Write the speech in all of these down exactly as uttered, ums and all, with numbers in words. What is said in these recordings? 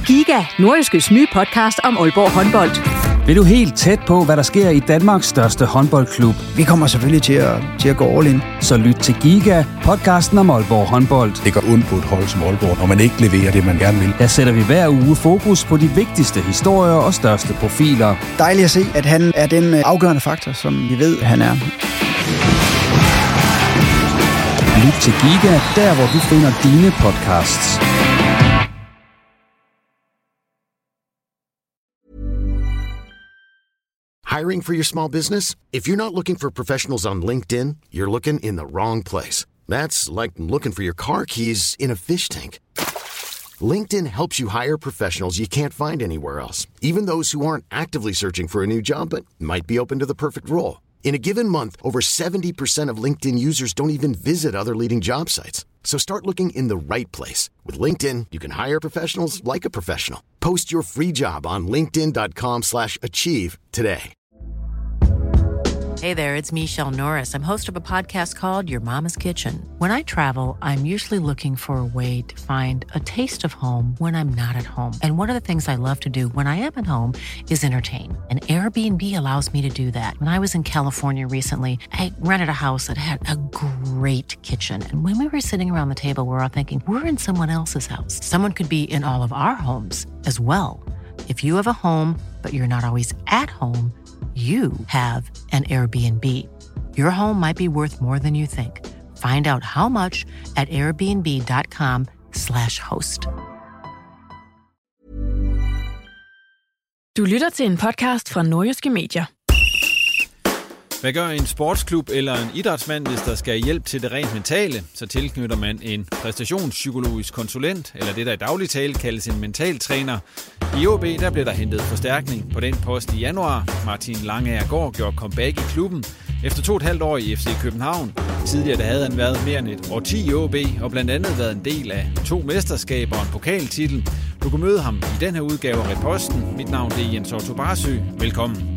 Giga, Nordjyskes nye podcast om Aalborg håndbold. Vil du helt tæt på, hvad der sker i Danmarks største håndboldklub? Vi kommer selvfølgelig til at, til at gå all in. Så lyt til Giga, podcasten om Aalborg håndbold. Det går ondt på et hold som Aalborg, når man ikke leverer det, man gerne vil. Der sætter vi hver uge fokus på de vigtigste historier og største profiler. Dejligt at se, at han er den afgørende faktor, som vi ved, han er. Lyt til Giga, der hvor du finder dine podcasts. Hiring for your small business? If you're not looking for professionals on LinkedIn, you're looking in the wrong place. That's like looking for your car keys in a fish tank. LinkedIn helps you hire professionals you can't find anywhere else, even those who aren't actively searching for a new job but might be open to the perfect role. In a given month, over seventy percent of LinkedIn users don't even visit other leading job sites. So start looking in the right place. With LinkedIn, you can hire professionals like a professional. Post your free job on linkedin dot com slash achieve today. Hey there, it's Michelle Norris. I'm host of a podcast called Your Mama's Kitchen. When I travel, I'm usually looking for a way to find a taste of home when I'm not at home. And one of the things I love to do when I am at home is entertain. And Airbnb allows me to do that. When I was in California recently, I rented a house that had a great kitchen. And when we were sitting around the table, we were all thinking, we're in someone else's house. Someone could be in all of our homes as well. If you have a home, but you're not always at home, you have an Airbnb. Your home might be worth more than you think. Find out how much at airbnb dot com slash host. Du lytter til en podcast fra Nordjyske Medier. Hvad gør en sportsklub eller en idrætsmand, hvis der skal hjælp til det rent mentale? Så tilknytter man en præstationspsykologisk konsulent, eller det der i daglig tale kaldes en mentaltræner. I O B der blev der hentet forstærkning på den post i januar. Martin Langagergaard gjorde comeback i klubben efter to og et halvt år i F C København. Tidligere der havde han været mere end et årti i O B, og blandt andet været en del af to mesterskaber og en pokaltitel. Du kan møde ham i den her udgave af Reposten. Mit navn er Jens Otto Barsø. Velkommen.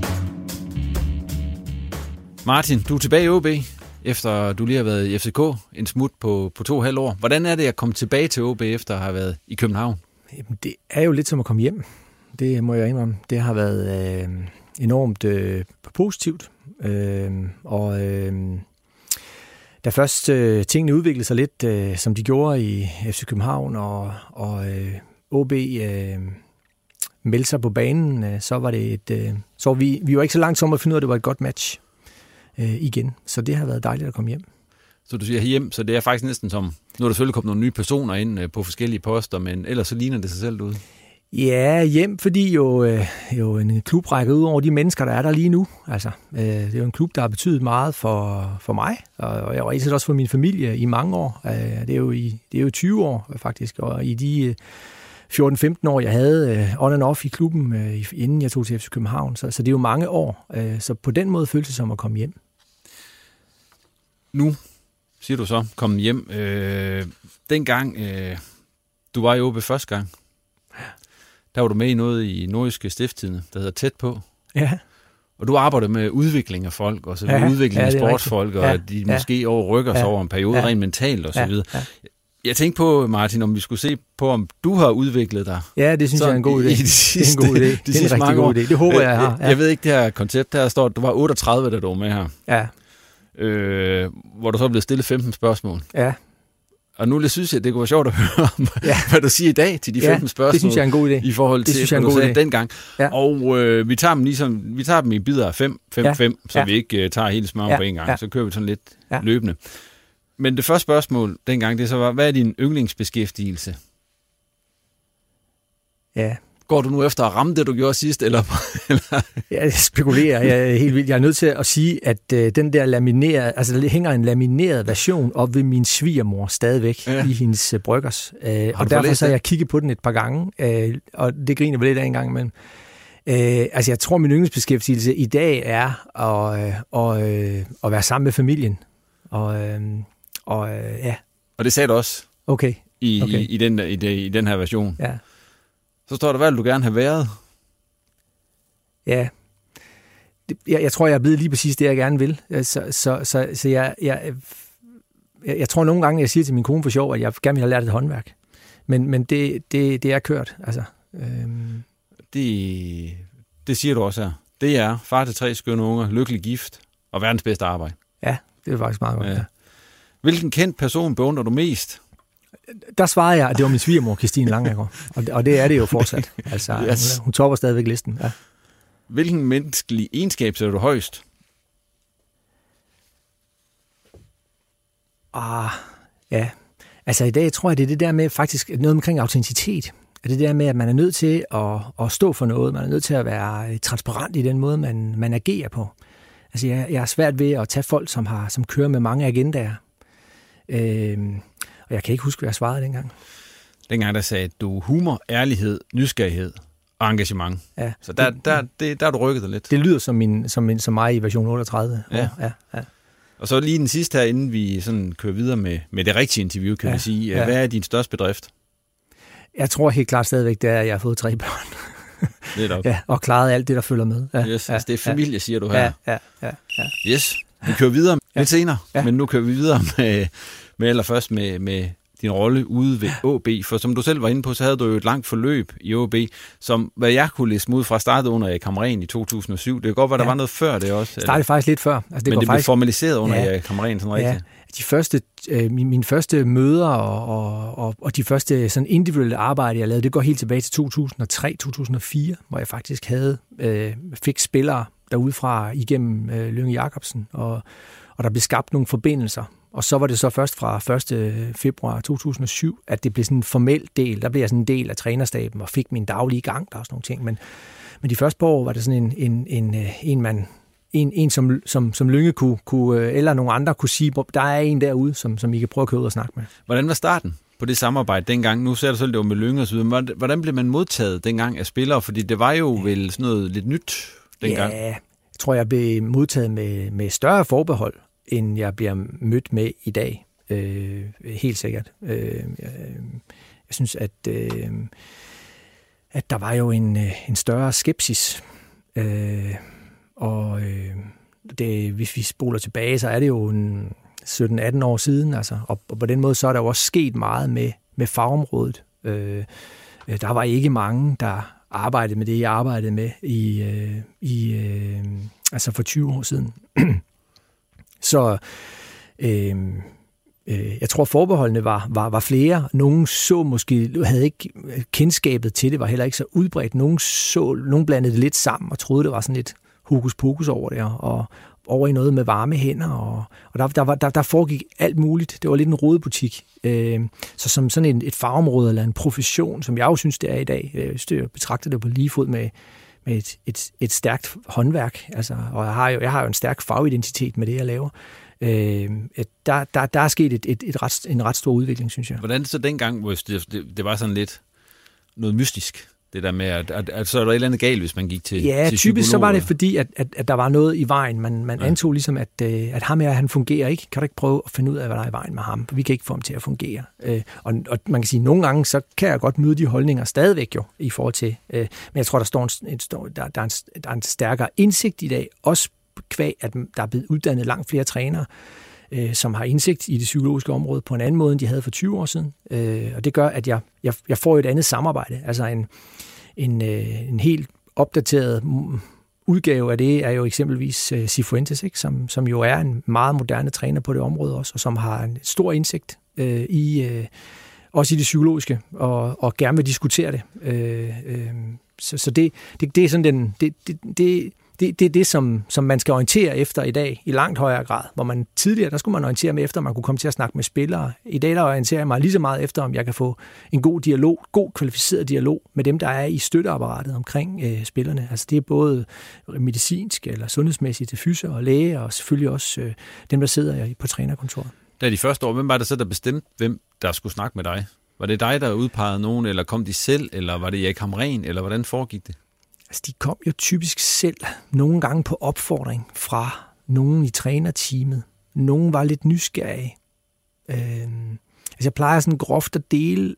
Martin, du er tilbage i O B, efter du lige har været i F C K en smut på, på to og et halvt år. Hvordan er det at komme tilbage til O B, efter at have været i København? Jamen, det er jo lidt som at komme hjem. Det må jeg indrømme. Det har været øh, enormt øh, positivt. Øh, og øh, da først øh, tingene udviklede sig lidt, øh, som de gjorde i F C København, og, og øh, O B øh, meldte sig på banen, øh, så var det et... Øh, så vi, vi var ikke så langt som at finde ud af, at det var et godt match øh, igen. Så det har været dejligt at komme hjem. Så du siger hjem, så det er faktisk næsten som... Nu er der selvfølgelig kommet nogle nye personer ind på forskellige poster, men ellers så ligner det sig selv ud. Ja, hjem, fordi jo, øh, jo en klub rækker ud over de mennesker, der er der lige nu. Altså, øh, det er jo en klub, der har betydet meget for, for mig, og, og jeg var især også for min familie i mange år. Øh, det, er jo i, det er jo tyve år faktisk, og i de øh, fjorten femten år, jeg havde øh, on and off i klubben, øh, inden jeg tog til F C København, så, så det er jo mange år. Øh, så på den måde føltes det som at komme hjem. Nu siger du så, kom hjem. Øh, dengang øh, du var i O B første gang, der var du med i noget i Nordjyske Stiftstidende, der hedder Tæt på. Ja. Og du arbejder med udvikling af folk, og så ja, udvikling af ja, sportsfolk, og ja, de måske ja, overrykker sig ja, over en periode, ja, rent mentalt og så videre. Ja, ja. Jeg tænkte på, Martin, om vi skulle se på, om du har udviklet dig. Ja, det synes jeg er en god idé. I de sidste, det er en god idé. Det er en rigtig god år. idé. Det håber jeg, jeg har. Ja. Jeg, jeg ved ikke, det her koncept, der står, at du var otteogtredive, da du var med her. Ja. Øh, hvor du så blev stillet femten spørgsmål. Ja. Og nu synes jeg, det kunne være sjovt at høre om, ja, hvad du siger i dag til de femten ja, spørgsmål. Det synes jeg er en god idé. I forhold til, det hvad du sagde dengang. Ja. Og øh, vi, tager dem ligesom, vi tager dem i bidder af fem, fem, ja, fem, så ja, vi ikke uh, tager hele smøren ja, på en gang. Ja. Så kører vi sådan lidt ja, løbende. Men det første spørgsmål dengang, det så var, hvad er din yndlingsbeskæftigelse? Ja. Går du nu efter at ramme det, du gjorde sidst? Eller? Ja, jeg spekulerer. Jeg er helt vildt. Jeg er nødt til at sige, at øh, den der laminerede, altså der hænger en lamineret version op ved min svigermor stadigvæk ja, i hendes øh, bryggers. Øh, og derfor så har jeg kigget på den et par gange, øh, og det griner vel lidt af en gang imellem. Øh, altså jeg tror, min yndlingsbeskæftigelse i dag er at, øh, og, øh, at være sammen med familien. Og, øh, og øh, ja. Og det sagde du også? Okay. I, okay. i, i, den, i, de, i den her version? Ja. Så står der, hvad vil du gerne have været? Ja, jeg, jeg tror, jeg er blevet lige præcis det, jeg gerne vil. Så, så, så, så jeg, jeg, jeg, jeg tror nogle gange, jeg siger til min kone for sjov, at jeg gerne vil have lært et håndværk. Men, men det, det, det er kørt. Altså, Øhm. Det, det siger du også her. Det er far til tre skønne unger, lykkelig gift og verdens bedste arbejde. Ja, det er faktisk meget godt. Ja. Ja. Hvilken kendt person beundrer du mest? Der svarede jeg, at det var min svigermor, Christine Langegaard. Og, og det er det jo fortsat. Altså, yes. hun, hun topper stadigvæk listen. Ja. Hvilken menneskelig egenskab ser du højst? Ah, ja. Altså i dag tror jeg, det er det der med faktisk noget omkring autenticitet. Det er det der med, at man er nødt til at, at stå for noget. Man er nødt til at være transparent i den måde, man, man agerer på. Altså jeg, jeg er svært ved at tage folk, som, har, som kører med mange agendaer. Øhm, og jeg kan ikke huske, hvad jeg svarede dengang. Dengang der sagde du humor, ærlighed, nysgerrighed og engagement. Ja. Så der, der, det, der har du rykket dig lidt. Det lyder som, min, som, min, som mig i version otteogtredive. Ja. Ja, ja. Og så lige den sidste her, inden vi sådan kører videre med, med det rigtige interview, kan ja. vi sige. Hvad ja. er din største bedrift? Jeg tror helt klart stadigvæk, det er, at jeg har fået tre børn. Det er ja, og klaret alt det, der følger med. Ja, yes, ja, altså det er familie, ja, siger du her. Ja, ja, ja, ja. Yes, vi kører videre ja. lidt senere, ja. men nu kører vi videre med, med allerførst med, med din rolle ude ved A B. For som du selv var inde på, så havde du jo et langt forløb i A B, som hvad jeg kunne læse ud fra startede under Erik Hamrén i to tusind og syv. Det kan godt være, der ja. var noget før det også. Det startede faktisk lidt før. Altså, det men går det faktisk... blev formaliseret under ja. Erik Hamrén, sådan rigtigt. Ja. De første, øh, mine, mine første møder og, og, og de første sådan individuelle arbejde, jeg lavede, det går helt tilbage til to tusind og tre til to tusind og fire, hvor jeg faktisk havde øh, fik spillere derudefra igennem øh, Lynge Jacobsen, og, og der blev skabt nogle forbindelser. Og så var det så først fra første februar to tusind og syv, at det blev sådan en formel del. Der blev jeg sådan en del af trænerstaben og fik min daglige gang, der og sådan nogle ting. Men, men de første par år var det sådan en, en, en, en man... En, en som, som, som Lynge kunne, kunne, eller nogle andre kunne sige, der er en derude, som, som I kan prøve at køre ud og snakke med. Hvordan var starten på det samarbejde dengang? Nu ser du selv, det var med Lynge og så videre. Hvordan blev man modtaget dengang af spillere? Fordi det var jo vel sådan noget lidt nyt dengang. Ja, jeg tror, jeg blev modtaget med, med større forbehold, end jeg bliver mødt med i dag. Øh, helt sikkert. Øh, jeg, jeg synes, at, øh, at der var jo en, en større skepsis. Øh, Og øh, det, hvis vi spoler tilbage, så er det jo en sytten atten år siden. Altså, og, og på den måde så er der jo også sket meget med, med fagområdet. Øh, der var ikke mange, der arbejdede med det, jeg arbejdede med i, øh, i, øh, altså for tyve år siden. så øh, øh, jeg tror, forbeholdene var, var, var flere. Nogle så måske, havde ikke kendskabet til det, var heller ikke så udbredt. Nogle, så, nogle blandede det lidt sammen og troede, det var sådan lidt hokus pokus over det, og over i noget med varme hænder, og, og der, der, var, der, der foregik alt muligt. Det var lidt en rodebutik. Øh, så som sådan et, et fagområde eller en profession, som jeg jo synes, det er i dag, jeg betragter det på lige fod med, med et, et, et stærkt håndværk, altså, og jeg har, jo, jeg har jo en stærk fagidentitet med det, jeg laver. Øh, der, der, der er sket et, et, et ret, en ret stor udvikling, synes jeg. Hvordan så dengang, hvor det, det, det var sådan lidt noget mystisk? Det der med, at, at, at så er der et eller andet galt, hvis man gik til Ja, til typisk så var det fordi, at, at, at der var noget i vejen. Man, man ja. antog ligesom, at, at ham her, han fungerer ikke. Kan du ikke prøve at finde ud af, hvad der er i vejen med ham? For vi kan ikke få ham til at fungere. Og, og man kan sige, at nogle gange, så kan jeg godt møde de holdninger stadigvæk jo, i forhold til. Men jeg tror, der, står en, en, der, der, er en, der er en stærkere indsigt i dag, også kvæg, at der er blevet uddannet langt flere trænere, som har indsigt i det psykologiske område på en anden måde, end de havde for tyve år siden. Og det gør, at jeg, jeg, jeg får et andet samarbejde. Altså en En, en helt opdateret udgave af det er jo eksempelvis Cifuentes, ikke? Som, som jo er en meget moderne træner på det område også, og som har en stor indsigt øh, i øh, også i det psykologiske, og, og gerne vil diskutere det. Øh, øh, så så det, det, det er sådan den, det, det, det, det, det er det, som, som man skal orientere efter i dag i langt højere grad. Hvor man tidligere, der skulle man orientere med efter, om man kunne komme til at snakke med spillere. I dag, der orienterer jeg mig lige så meget efter, om jeg kan få en god dialog, god kvalificeret dialog med dem, der er i støtteapparatet omkring øh, spillerne. Altså det er både medicinsk eller sundhedsmæssigt til fysio og læge, og selvfølgelig også øh, dem, der sidder på trænerkontoret. Da de første år, hvem var det så, der bestemte, hvem der skulle snakke med dig? Var det dig, der udpegede nogen, eller kom de selv, eller var det Erik Hamrén, eller hvordan foregik det? Altså, de kom jo typisk selv, nogle gange på opfordring fra nogen i trænerteamet. Nogen var lidt nysgerrige. Øh, altså, jeg plejer sådan groft at dele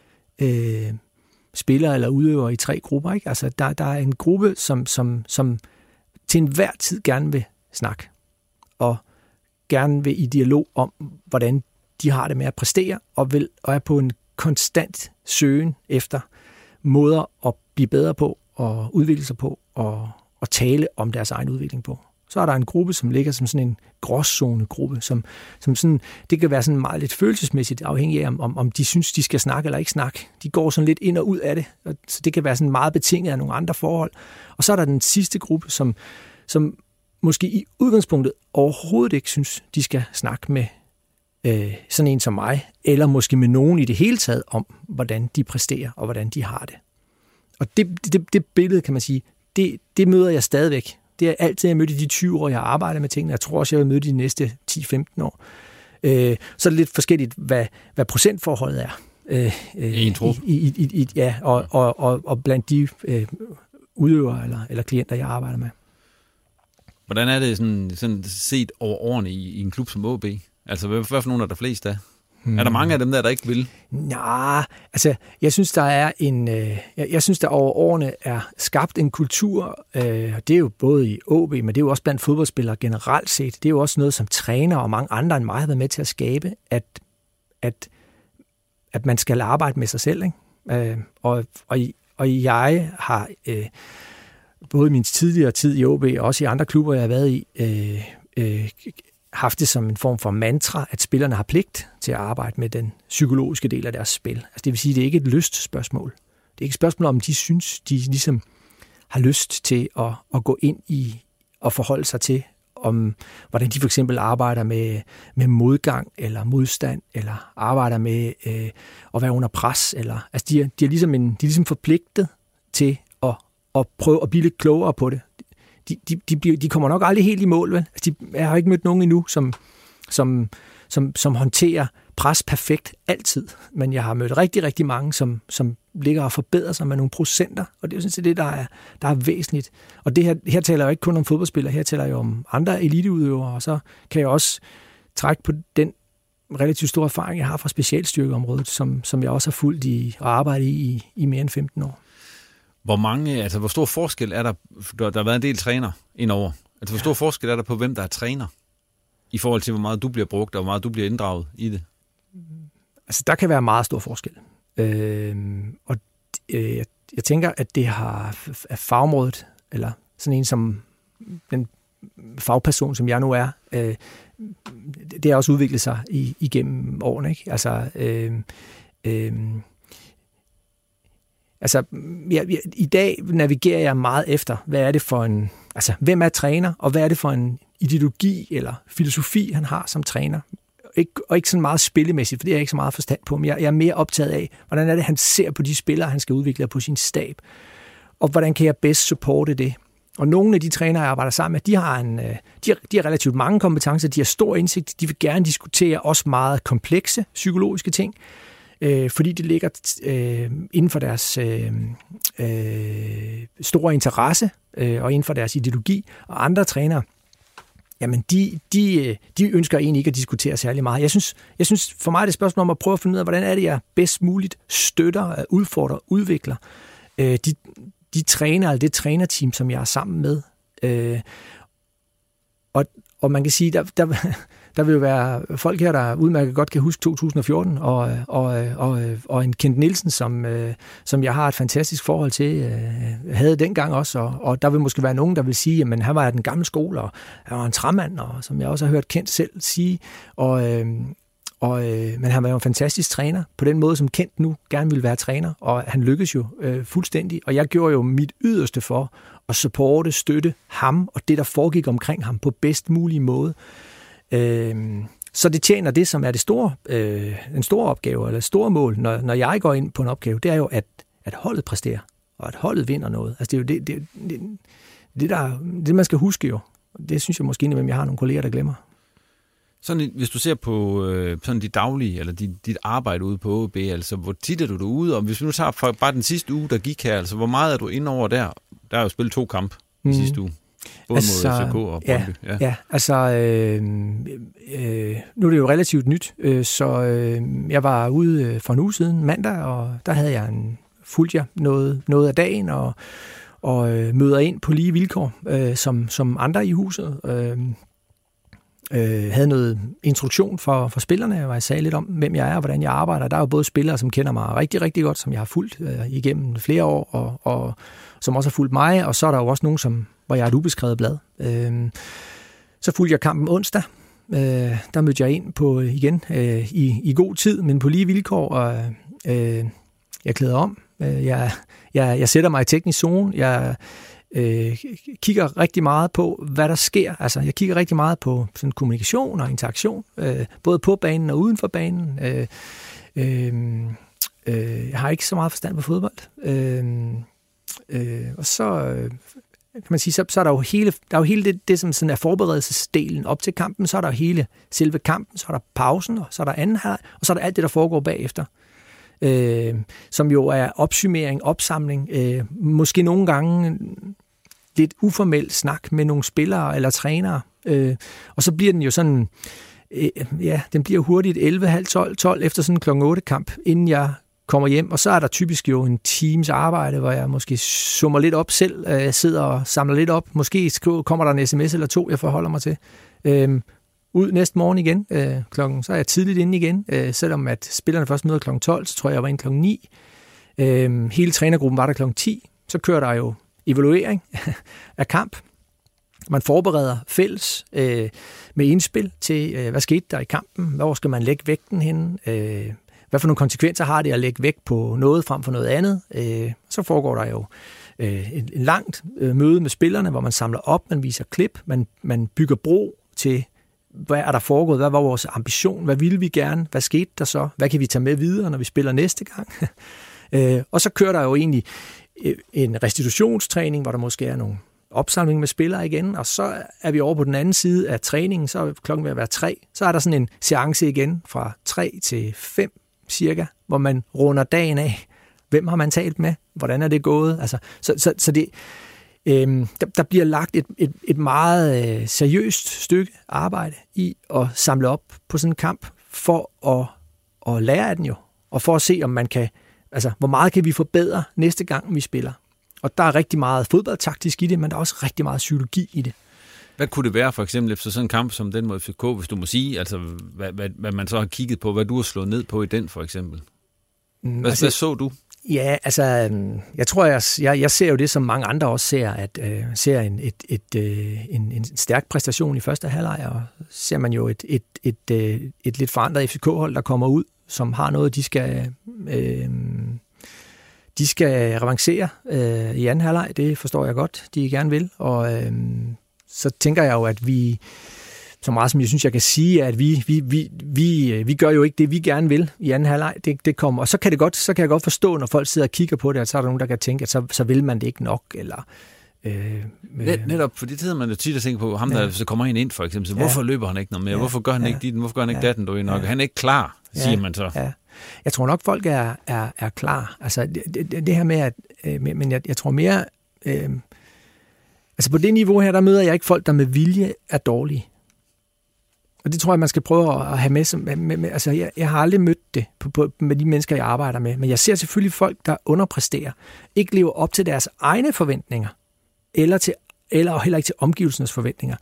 øh, spillere eller udøvere i tre grupper. Ikke? Altså, der, der er en gruppe, som, som, som til enhver tid gerne vil snakke, og gerne vil i dialog om, hvordan de har det med at præstere, og, vil, og er på en konstant søgen efter, måder at blive bedre på og udvikle sig på og, og tale om deres egen udvikling på. Så er der en gruppe, som ligger som sådan en gråzone-gruppe, som, som sådan, det kan være sådan meget lidt følelsesmæssigt afhængig af, om, om de synes, de skal snakke eller ikke snakke. De går sådan lidt ind og ud af det, så det kan være sådan meget betinget af nogle andre forhold. Og så er der den sidste gruppe, som, som måske i udgangspunktet overhovedet ikke synes, de skal snakke med øh, sådan en som mig, eller måske med nogen i det hele taget om, hvordan de præsterer og hvordan de har det. Og det, det, det billede, kan man sige, det, det møder jeg stadigvæk. Det er altid, jeg mødte de tyve år, jeg har arbejdet med tingene. Jeg tror også, jeg vil møde de næste ti til femten år. Øh, så er det lidt forskelligt, hvad, hvad procentforholdet er. Øh, øh, I en trup? I, i, i, ja, og, og, og, og blandt de øh, udøvere eller, eller klienter, jeg arbejder med. Hvordan er det sådan, sådan set over årene i, i en klub som O B? Altså, hvad for nogle er der flest af? Hmm. Er der mange af dem der, der ikke vil? Nej, altså, jeg synes, der er en, øh, jeg, jeg synes, der over årene er skabt en kultur, øh, og det er jo både i O B, men det er jo også blandt fodboldspillere generelt set. Det er jo også noget, som træner og mange andre end mig har været med til at skabe, at, at, at man skal arbejde med sig selv, ikke? Øh, og, og, og jeg har øh, både i min tidligere tid i O B, og også i andre klubber, jeg har været i, øh, øh, haft det som en form for mantra, at spillerne har pligt til at arbejde med den psykologiske del af deres spil. Altså det vil sige, at det ikke er et lystspørgsmål. Det er ikke et spørgsmål, om de synes, de ligesom har lyst til at, at gå ind i og forholde sig til, om hvordan de for eksempel arbejder med, med modgang eller modstand, eller arbejder med øh, at være under pres. Eller, altså de er, de er, ligesom en, de er ligesom forpligtet til at, at prøve at blive lidt klogere på det. De, de, de, bliver, de kommer nok aldrig helt i mål, vel? Altså de, jeg har ikke mødt nogen endnu, som, som, som, som håndterer pres perfekt altid. Men jeg har mødt rigtig, rigtig mange, som, som ligger og forbedrer sig med nogle procenter. Og det er jo sådan set det, der er, der er væsentligt. Og det her, her taler jeg ikke kun om fodboldspillere, her taler jeg om andre eliteudøvere. Og så kan jeg også trække på den relativt store erfaring, jeg har fra specialstyrkeområdet, som, som jeg også har fulgt i og arbejdet i, i i mere end femten år. Hvor mange, altså hvor stor forskel er der, der har været en del træner indover, altså hvor stor ja. forskel er der på, hvem der er træner, i forhold til, hvor meget du bliver brugt, og hvor meget du bliver inddraget i det? Altså der kan være meget stor forskel. Øh, og øh, jeg, jeg tænker, at det har af fagområdet, eller sådan en som den fagperson, som jeg nu er, øh, det har også udviklet sig i, igennem årene, ikke? Altså, øh, øh, altså jeg, jeg, i dag navigerer jeg meget efter, hvad er det for en, altså hvem er træner, og hvad er det for en ideologi eller filosofi, han har som træner. Ikke, og ikke sådan meget spillemæssigt, for det er jeg ikke så meget forstand på, men jeg, jeg er mere optaget af, hvordan er det, han ser på de spillere, han skal udvikle på sin stab, og hvordan kan jeg bedst supporte det. Og nogle af de trænere, jeg arbejder sammen med, de har, en, de har, de har relativt mange kompetencer, de har stor indsigt, de vil gerne diskutere også meget komplekse psykologiske ting, øh, fordi det ligger øh, inden for deres øh, øh, store interesse øh, og inden for deres ideologi. Og andre trænere, jamen de, de, de ønsker egentlig ikke at diskutere særlig meget. Jeg synes, jeg synes for mig er det et spørgsmål om at prøve at finde ud af, hvordan er det, jeg bedst muligt støtter, udfordrer, udvikler øh, de de træner, eller det trænerteam, som jeg er sammen med. Øh, og, og man kan sige, der, der, der vil jo være folk her, der udmærket godt kan huske to tusind og fjorten, og, og, og, og en Kent Nielsen, som, øh, som jeg har et fantastisk forhold til, øh, havde dengang også, og, og der vil måske være nogen, der vil sige, at han var den gamle skole, og han var en træmand, og som jeg også har hørt Kent selv sige, og øh, Og, øh, men han var jo en fantastisk træner, på den måde, som Kent nu gerne ville være træner, og han lykkedes jo øh, fuldstændig, og jeg gjorde jo mit yderste for at supporte, støtte ham, og det, der foregik omkring ham, på bedst mulig måde. Øh, så det tjener det, som er det store, øh, en stor opgave, eller et store mål, når, når jeg går ind på en opgave, det er jo, at, at holdet præsterer, og at holdet vinder noget. Altså det er jo det, det, det, det, der, det man skal huske jo. Det synes jeg måske indimellem, jeg har nogle kolleger, der glemmer. Sådan, hvis du ser på øh, sådan dit daglige, eller dit, dit arbejde ude på O B, altså hvor tit er du derude, og hvis vi nu tager for bare den sidste uge, der gik her, altså hvor meget er du inde over der? Der er jo spillet to kampe mm. i sidste uge, både altså, mod F C K og Brøndby. Ja, ja. ja altså øh, øh, nu er det jo relativt nyt, øh, så øh, jeg var ude for en uge siden, mandag, og der havde jeg en fulgt jer noget, noget af dagen, og, og øh, møder ind på lige vilkår, øh, som, som andre i huset, øh, øh, havde noget introduktion for, for spillerne, hvor jeg sagde lidt om, hvem jeg er og hvordan jeg arbejder. Der er jo både spillere, som kender mig rigtig, rigtig godt, som jeg har fulgt øh, igennem flere år, og, og som også har fulgt mig, og så er der jo også nogen, som, hvor jeg er et ubeskrevet blad. Øh, så fulgte jeg kampen onsdag. Øh, der mødte jeg ind på igen øh, i, i god tid, men på lige vilkår, og øh, jeg klæder om. Øh, jeg, jeg, jeg sætter mig i teknisk zone. Jeg øh, kigger rigtig meget på, hvad der sker. Altså, jeg kigger rigtig meget på sådan kommunikation og interaktion, øh, både på banen og uden for banen. Øh, øh, øh, jeg har ikke så meget forstand på fodbold. Øh, øh, og så... Øh, kan man sige, så, så er der jo hele, der er jo hele det, det, som sådan er forberedelsesdelen op til kampen, så er der hele selve kampen, så er der pausen, og så er der anden halvleg, og så er der alt det, der foregår bagefter, øh, som jo er opsummering, opsamling, øh, måske nogle gange lidt uformel snak med nogle spillere eller trænere, øh, og så bliver den jo sådan, øh, ja, den bliver hurtigt elleve, halv tolv, tolv efter sådan en klokken otte kamp, inden jeg kommer hjem, og så er der typisk jo en teams arbejde, hvor jeg måske summer lidt op selv, øh, sidder og samler lidt op. Måske kommer der en sms eller to, jeg forholder mig til. Øh, ud næste morgen igen, øh, klokken, så er jeg tidligt inde igen, øh, selvom at spillerne først møder klokken tolv, så tror jeg, jeg var inde klokken ni. Øh, hele trænergruppen var der klokken ti. Så kører der jo evaluering af kamp. Man forbereder fælles øh, med indspil til, øh, hvad skete der i kampen, hvor skal man lægge vægten henne, øh, hvad for nogle konsekvenser har det at lægge vægt på noget frem for noget andet. Øh, så foregår der jo øh, en, en langt øh, møde med spillerne, hvor man samler op, man viser klip, man, man bygger bro til, hvad er der foregået, hvad var vores ambition, hvad ville vi gerne, hvad skete der så, hvad kan vi tage med videre, når vi spiller næste gang. øh, og så kører der jo egentlig en restitutionstræning, hvor der måske er nogle opsamling med spillere igen, og så er vi over på den anden side af træningen, så er klokken ved at være tre, så er der sådan en seance igen fra tre til fem cirka, hvor man runder dagen af. Hvem har man talt med? Hvordan er det gået? Altså, så, så, så det, øh, der, der bliver lagt et, et, et meget øh, seriøst stykke arbejde i at samle op på sådan en kamp, for at, at lære af den jo, og for at se, om man kan, altså, hvor meget kan vi forbedre næste gang, vi spiller. Og der er rigtig meget fodboldtaktisk i det, men der er også rigtig meget psykologi i det. Hvad kunne det være for eksempel efter sådan en kamp som den mod F C K, hvis du må sige, altså hvad, hvad, hvad man så har kigget på, hvad du har slået ned på i den for eksempel? Hvad, altså, hvad så du? Ja, altså jeg tror, jeg, jeg, jeg ser jo det, som mange andre også ser, at øh, ser en, et, et, øh, en, en stærk præstation i første halvleg, og ser man jo et, et, et, et, et lidt forandret F C K-hold, der kommer ud, som har noget, de skal... Øh, de skal revancere øh, i anden halvleg, det forstår jeg godt, de gerne vil, og øh, så tænker jeg jo, at vi, så meget som jeg synes, jeg kan sige, at vi, vi, vi, vi, vi gør jo ikke det, vi gerne vil i anden halvleg, det, det kommer, og så kan, det godt, så kan jeg godt forstå, når folk sidder og kigger på det, at så er der nogen, der kan tænke, at så, så vil man det ikke nok, eller... Øh, Net, netop, for det hedder man jo tit at tænke på, ham der ja. så kommer ind ind for eksempel, så hvorfor ja. løber han ikke noget mere, ja. hvorfor gør han ja. ikke dit, hvorfor gør han ikke ja. datten, du er nok, ja. han er ikke klar, siger ja. man så. Ja. Jeg tror nok, folk er, er, er klar. Altså, det, det, det her med, at... Øh, men jeg, jeg tror mere... Øh, altså, på det niveau her, der møder jeg ikke folk, der med vilje er dårlige. Og det tror jeg, man skal prøve at have med. Som, med, med altså, jeg, jeg har aldrig mødt det på, på, med de mennesker, jeg arbejder med. Men jeg ser selvfølgelig folk, der underpræsterer. Ikke lever op til deres egne forventninger. Eller, til, eller heller ikke til omgivelsernes forventninger.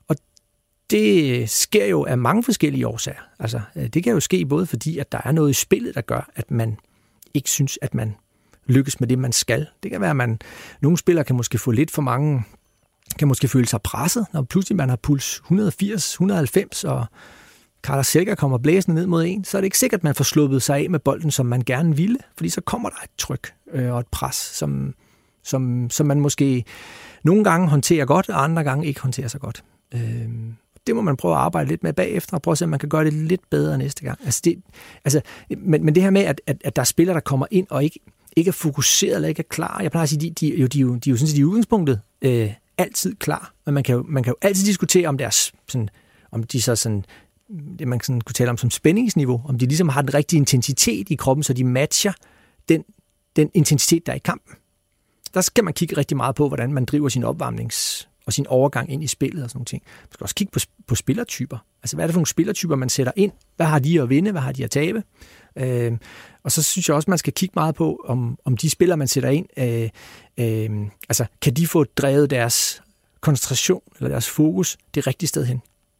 Det sker jo af mange forskellige årsager. Altså, det kan jo ske både fordi, at der er noget i spillet, der gør, at man ikke synes, at man lykkes med det, man skal. Det kan være, at man, nogle spillere kan måske få lidt for mange, kan måske føle sig presset, når pludselig man har puls et hundrede og firs, et hundrede og halvfems, og Carlos Selker kommer blæsende ned mod en, så er det ikke sikkert, at man får sluppet sig af med bolden, som man gerne ville, fordi så kommer der et tryk øh, og et pres, som, som, som man måske nogle gange håndterer godt, og andre gange ikke håndterer så godt. Øh, Det må man prøve at arbejde lidt med bagefter, og prøve at se, om man kan gøre det lidt bedre næste gang. Altså det, altså, men, men det her med, at, at, at der er spillere, der kommer ind og ikke, ikke er fokuseret eller ikke er klar. Jeg plejer at sige, de, de, de, de, de, de er jo sådan set i udgangspunktet øh, altid klar. Men man kan, jo, man kan jo altid diskutere, om, deres, sådan, om de så sådan, det man sådan kunne tale om som spændingsniveau, om de ligesom har den rigtige intensitet i kroppen, så de matcher den, den intensitet, der er i kampen. Der skal man kigge rigtig meget på, hvordan man driver sin opvarmnings og sin overgang ind i spillet og sådan nogle ting. Man skal også kigge på, på spillertyper. Altså, hvad er det for nogle spillertyper, man sætter ind? Hvad har de at vinde? Hvad har de at tabe? Øh, og så synes jeg også, man skal kigge meget på, om, om de spillere, man sætter ind, øh, øh, altså, kan de få drevet deres koncentration eller deres fokus det rigtige sted hen?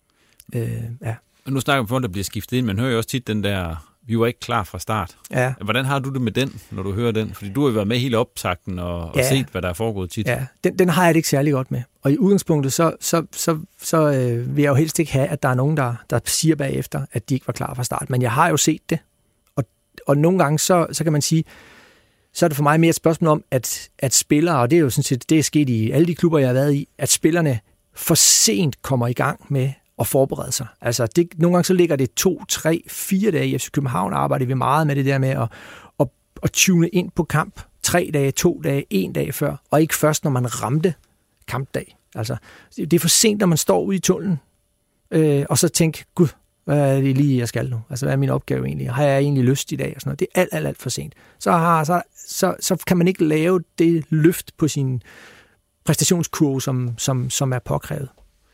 Øh, ja. Nu snakker vi om, at der bliver skiftet ind, men hører jo også tit den der, vi var ikke klar fra start. Ja. Hvordan har du det med den, når du hører den? Fordi du har jo været med hele optakten og, og ja. set, hvad der er foregået tit. Ja, den, den har jeg det ikke særlig godt med. Og i udgangspunktet, så, så, så, så øh, vil jeg jo helst ikke have, at der er nogen, der, der siger bagefter, at de ikke var klar fra start. Men jeg har jo set det. Og, og nogle gange, så, så kan man sige, så er det for mig mere et spørgsmål om, at, at spillere, og det er jo sådan set, det er sket i alle de klubber, jeg har været i, at spillerne for sent kommer i gang med at forberede sig. Altså, det, nogle gange så ligger det to, tre, fire dage. I F C København arbejder vi meget med det der med at, at, at tune ind på kamp. Tre dage, to dage, en dag før, og ikke først, når man ramte kampdag. Altså, det er for sent, når man står ude i tunnelen, øh, og så tænker, gud, hvad er det lige, jeg skal nu? Altså, hvad er min opgave egentlig? Har jeg egentlig lyst i dag? Og sådan noget. Det er alt, alt, alt for sent. Så, har, så, så, så kan man ikke lave det løft på sin præstationskurve, som, som, som er påkrævet.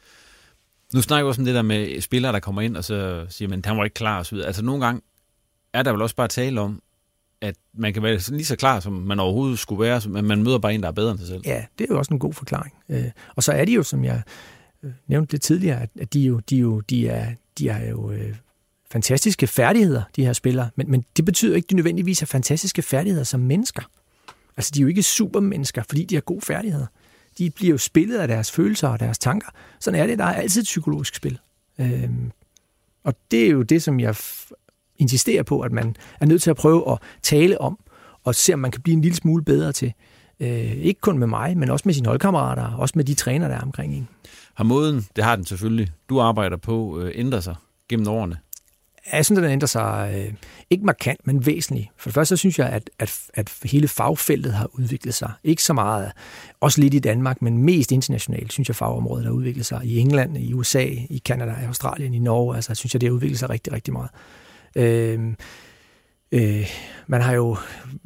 Nu snakker vi også om det der med spillere, der kommer ind, og så siger man, han var ikke klar og så videre. Altså, nogle gange er der vel også bare tale om, at man kan være lige så klar, som man overhovedet skulle være, men man møder bare en, der er bedre end sig selv. Ja, det er jo også en god forklaring. Og så er de jo, som jeg nævnte lidt tidligere, at de jo, de jo, de er, de er jo øh, fantastiske færdigheder, de her spillere, men, men det betyder ikke, at de nødvendigvis har fantastiske færdigheder som mennesker. Altså, de er jo ikke supermennesker, fordi de har gode færdigheder. De bliver jo spillet af deres følelser og deres tanker. Sådan er det, der er altid et psykologisk spil. Øhm, og det er jo det, som jeg f- insisterer på, at man er nødt til at prøve at tale om, og se, om man kan blive en lille smule bedre til. Øh, ikke kun med mig, men også med sine holdkammerater, og også med de træner, der er omkring en. Har måden, det har den selvfølgelig, du arbejder på, øh, ændret sig gennem årene? Jeg synes, den ændrer sig øh, ikke markant, men væsentligt. For det første så synes jeg, at, at, at hele fagfeltet har udviklet sig. Ikke så meget, også lidt i Danmark, men mest internationalt, synes jeg, fagområdet har udviklet sig. I England, i U S A, i Canada, i Australien, i Norge. Altså, jeg synes jeg, det har udviklet sig rigtig, rigtig meget. Øh, øh, man har jo...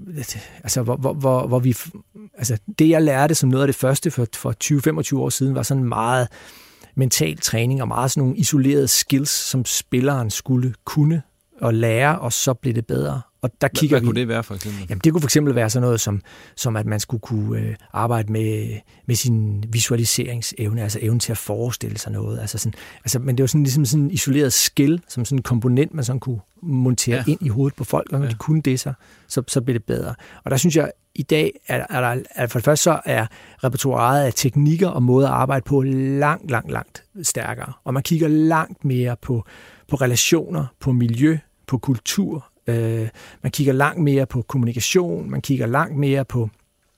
Altså, hvor, hvor, hvor, hvor vi... Altså, det, jeg lærte som noget af det første for, for tyve til femogtyve år siden, var sådan meget... mental træning og meget sådan nogle isolerede skills, som spilleren skulle kunne og lære, og så blev det bedre. Og der kigger hvad, hvad vi, kunne det være for eksempel? Jamen, det kunne for eksempel være sådan noget som, som at man skulle kunne øh, arbejde med, med sin visualiseringsevne, altså evnen til at forestille sig noget. Altså sådan, altså, men det var sådan, ligesom sådan en isoleret skill, som sådan en komponent, man sådan kunne montere ja. ind i hovedet på folk, og når ja. de kunne det, så, så, så blev det bedre. Og der synes jeg, i dag er, er der, er for det første så er repertoiret af teknikker og måder at arbejde på langt, langt, langt stærkere. Og man kigger langt mere på, på relationer, på miljø, på kultur. Øh, man kigger langt mere på kommunikation. Man kigger langt mere på,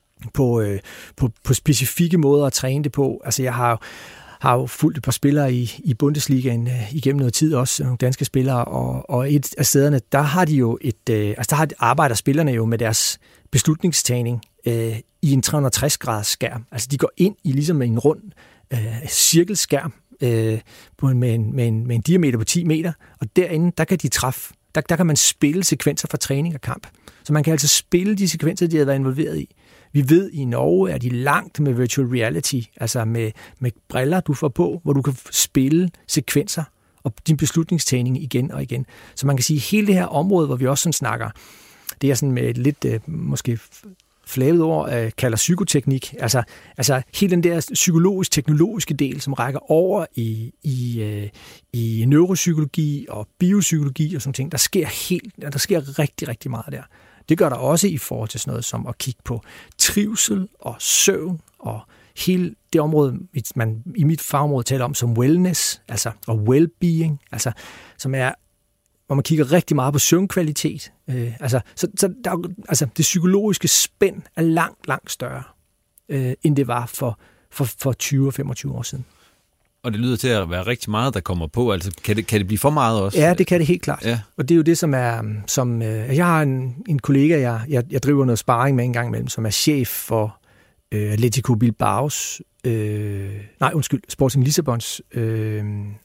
på, øh, på, på specifikke måder at træne det på. Altså jeg har jo har jo fulgt et par spillere i, i Bundesligaen øh, igennem noget tid, også nogle danske spillere, og, og et af stederne, der har de jo et, øh, altså der har, arbejder spillerne jo med deres beslutningstagning øh, i en tre hundrede og tres graders skærm. Altså de går ind i ligesom en rund øh, cirkelskærm øh, på en, med, en, med, en, med en diameter på ti meter, og derinde, der kan de træffe, der, der kan man spille sekvenser fra træning og kamp. Så man kan altså spille de sekvenser, de har været involveret i. Vi ved, i Norge er de langt med virtual reality, altså med, med briller, du får på, hvor du kan spille sekvenser og din beslutningstagning igen og igen. Så man kan sige, at hele det her område, hvor vi også sådan snakker, det er sådan med et lidt øh, måske flavet ord, øh, kalder psykoteknik, altså, altså hele den der psykologisk-teknologiske del, som rækker over i, i, øh, i neuropsykologi og biopsykologi og sådan ting. Der sker, helt, der sker rigtig, rigtig meget der. Det gør der også i forhold til sådan noget som at kigge på trivsel og søvn og hele det område, man i mit fagområde taler om som wellness, altså og well-being, altså som er, hvor man kigger rigtig meget på søvnkvalitet. Øh, altså, så, så der, altså det psykologiske spænd er langt, langt større, øh, end det var for, for, for tyve og femogtyve år siden. Og det lyder til at være rigtig meget, der kommer på. Altså, kan det, kan det blive for meget også? Ja, det kan det helt klart. Ja. Og det er jo det, som er... Som, øh, jeg har en, en kollega, jeg, jeg, jeg driver noget sparring med en gang imellem, som er chef for øh, Atletico Bilbaos... Øh, nej, undskyld, Sporting Lissabons øh,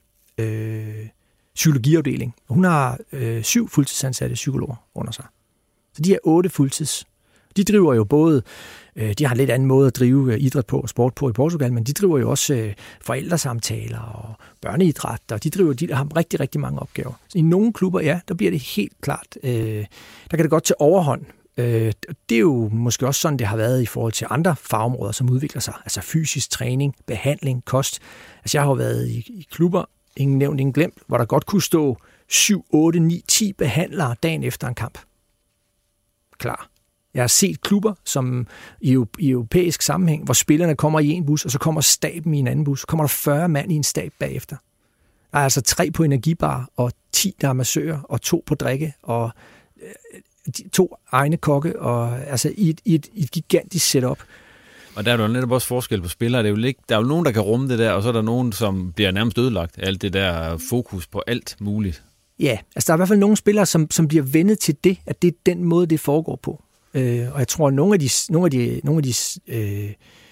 øh, psykologiafdeling. Hun har øh, syv fuldtidsansatte psykologer under sig. Så de er otte fuldtids. De driver jo både... De har en lidt anden måde at drive idræt på og sport på i Portugal, men de driver jo også forældresamtaler og børneidræt, og de driver, de har rigtig, rigtig mange opgaver. Så i nogle klubber, ja, der bliver det helt klart, øh, der kan det godt til overhånd. Øh, det er jo måske også sådan, det har været i forhold til andre fagområder, som udvikler sig, altså fysisk træning, behandling, kost. Altså jeg har jo været i, i klubber, ingen nævnt, ingen glemt, hvor der godt kunne stå syv, otte, ni, ti behandlere dagen efter en kamp. Klar. Jeg har set klubber, som i, i europæisk sammenhæng, hvor spillerne kommer i en bus, og så kommer staben i en anden bus. Så kommer der fyrre mand i en stab bagefter. Der er altså tre på energibar, og ti, der er massører, og to på drikke, og øh, to egne kokke, og altså i et, i et, i et gigantisk setup. Og der er jo netop også forskel på spillere. Det er jo ikke, der er jo nogen, der kan rumme det der, og så er der nogen, som bliver nærmest ødelagt. Alt det der fokus på alt muligt. Ja, altså der er i hvert fald nogle spillere, som, som bliver vendet til det, at det er den måde, det foregår på. Øh, og jeg tror, at nogle af de, nogle af de, nogle af de øh,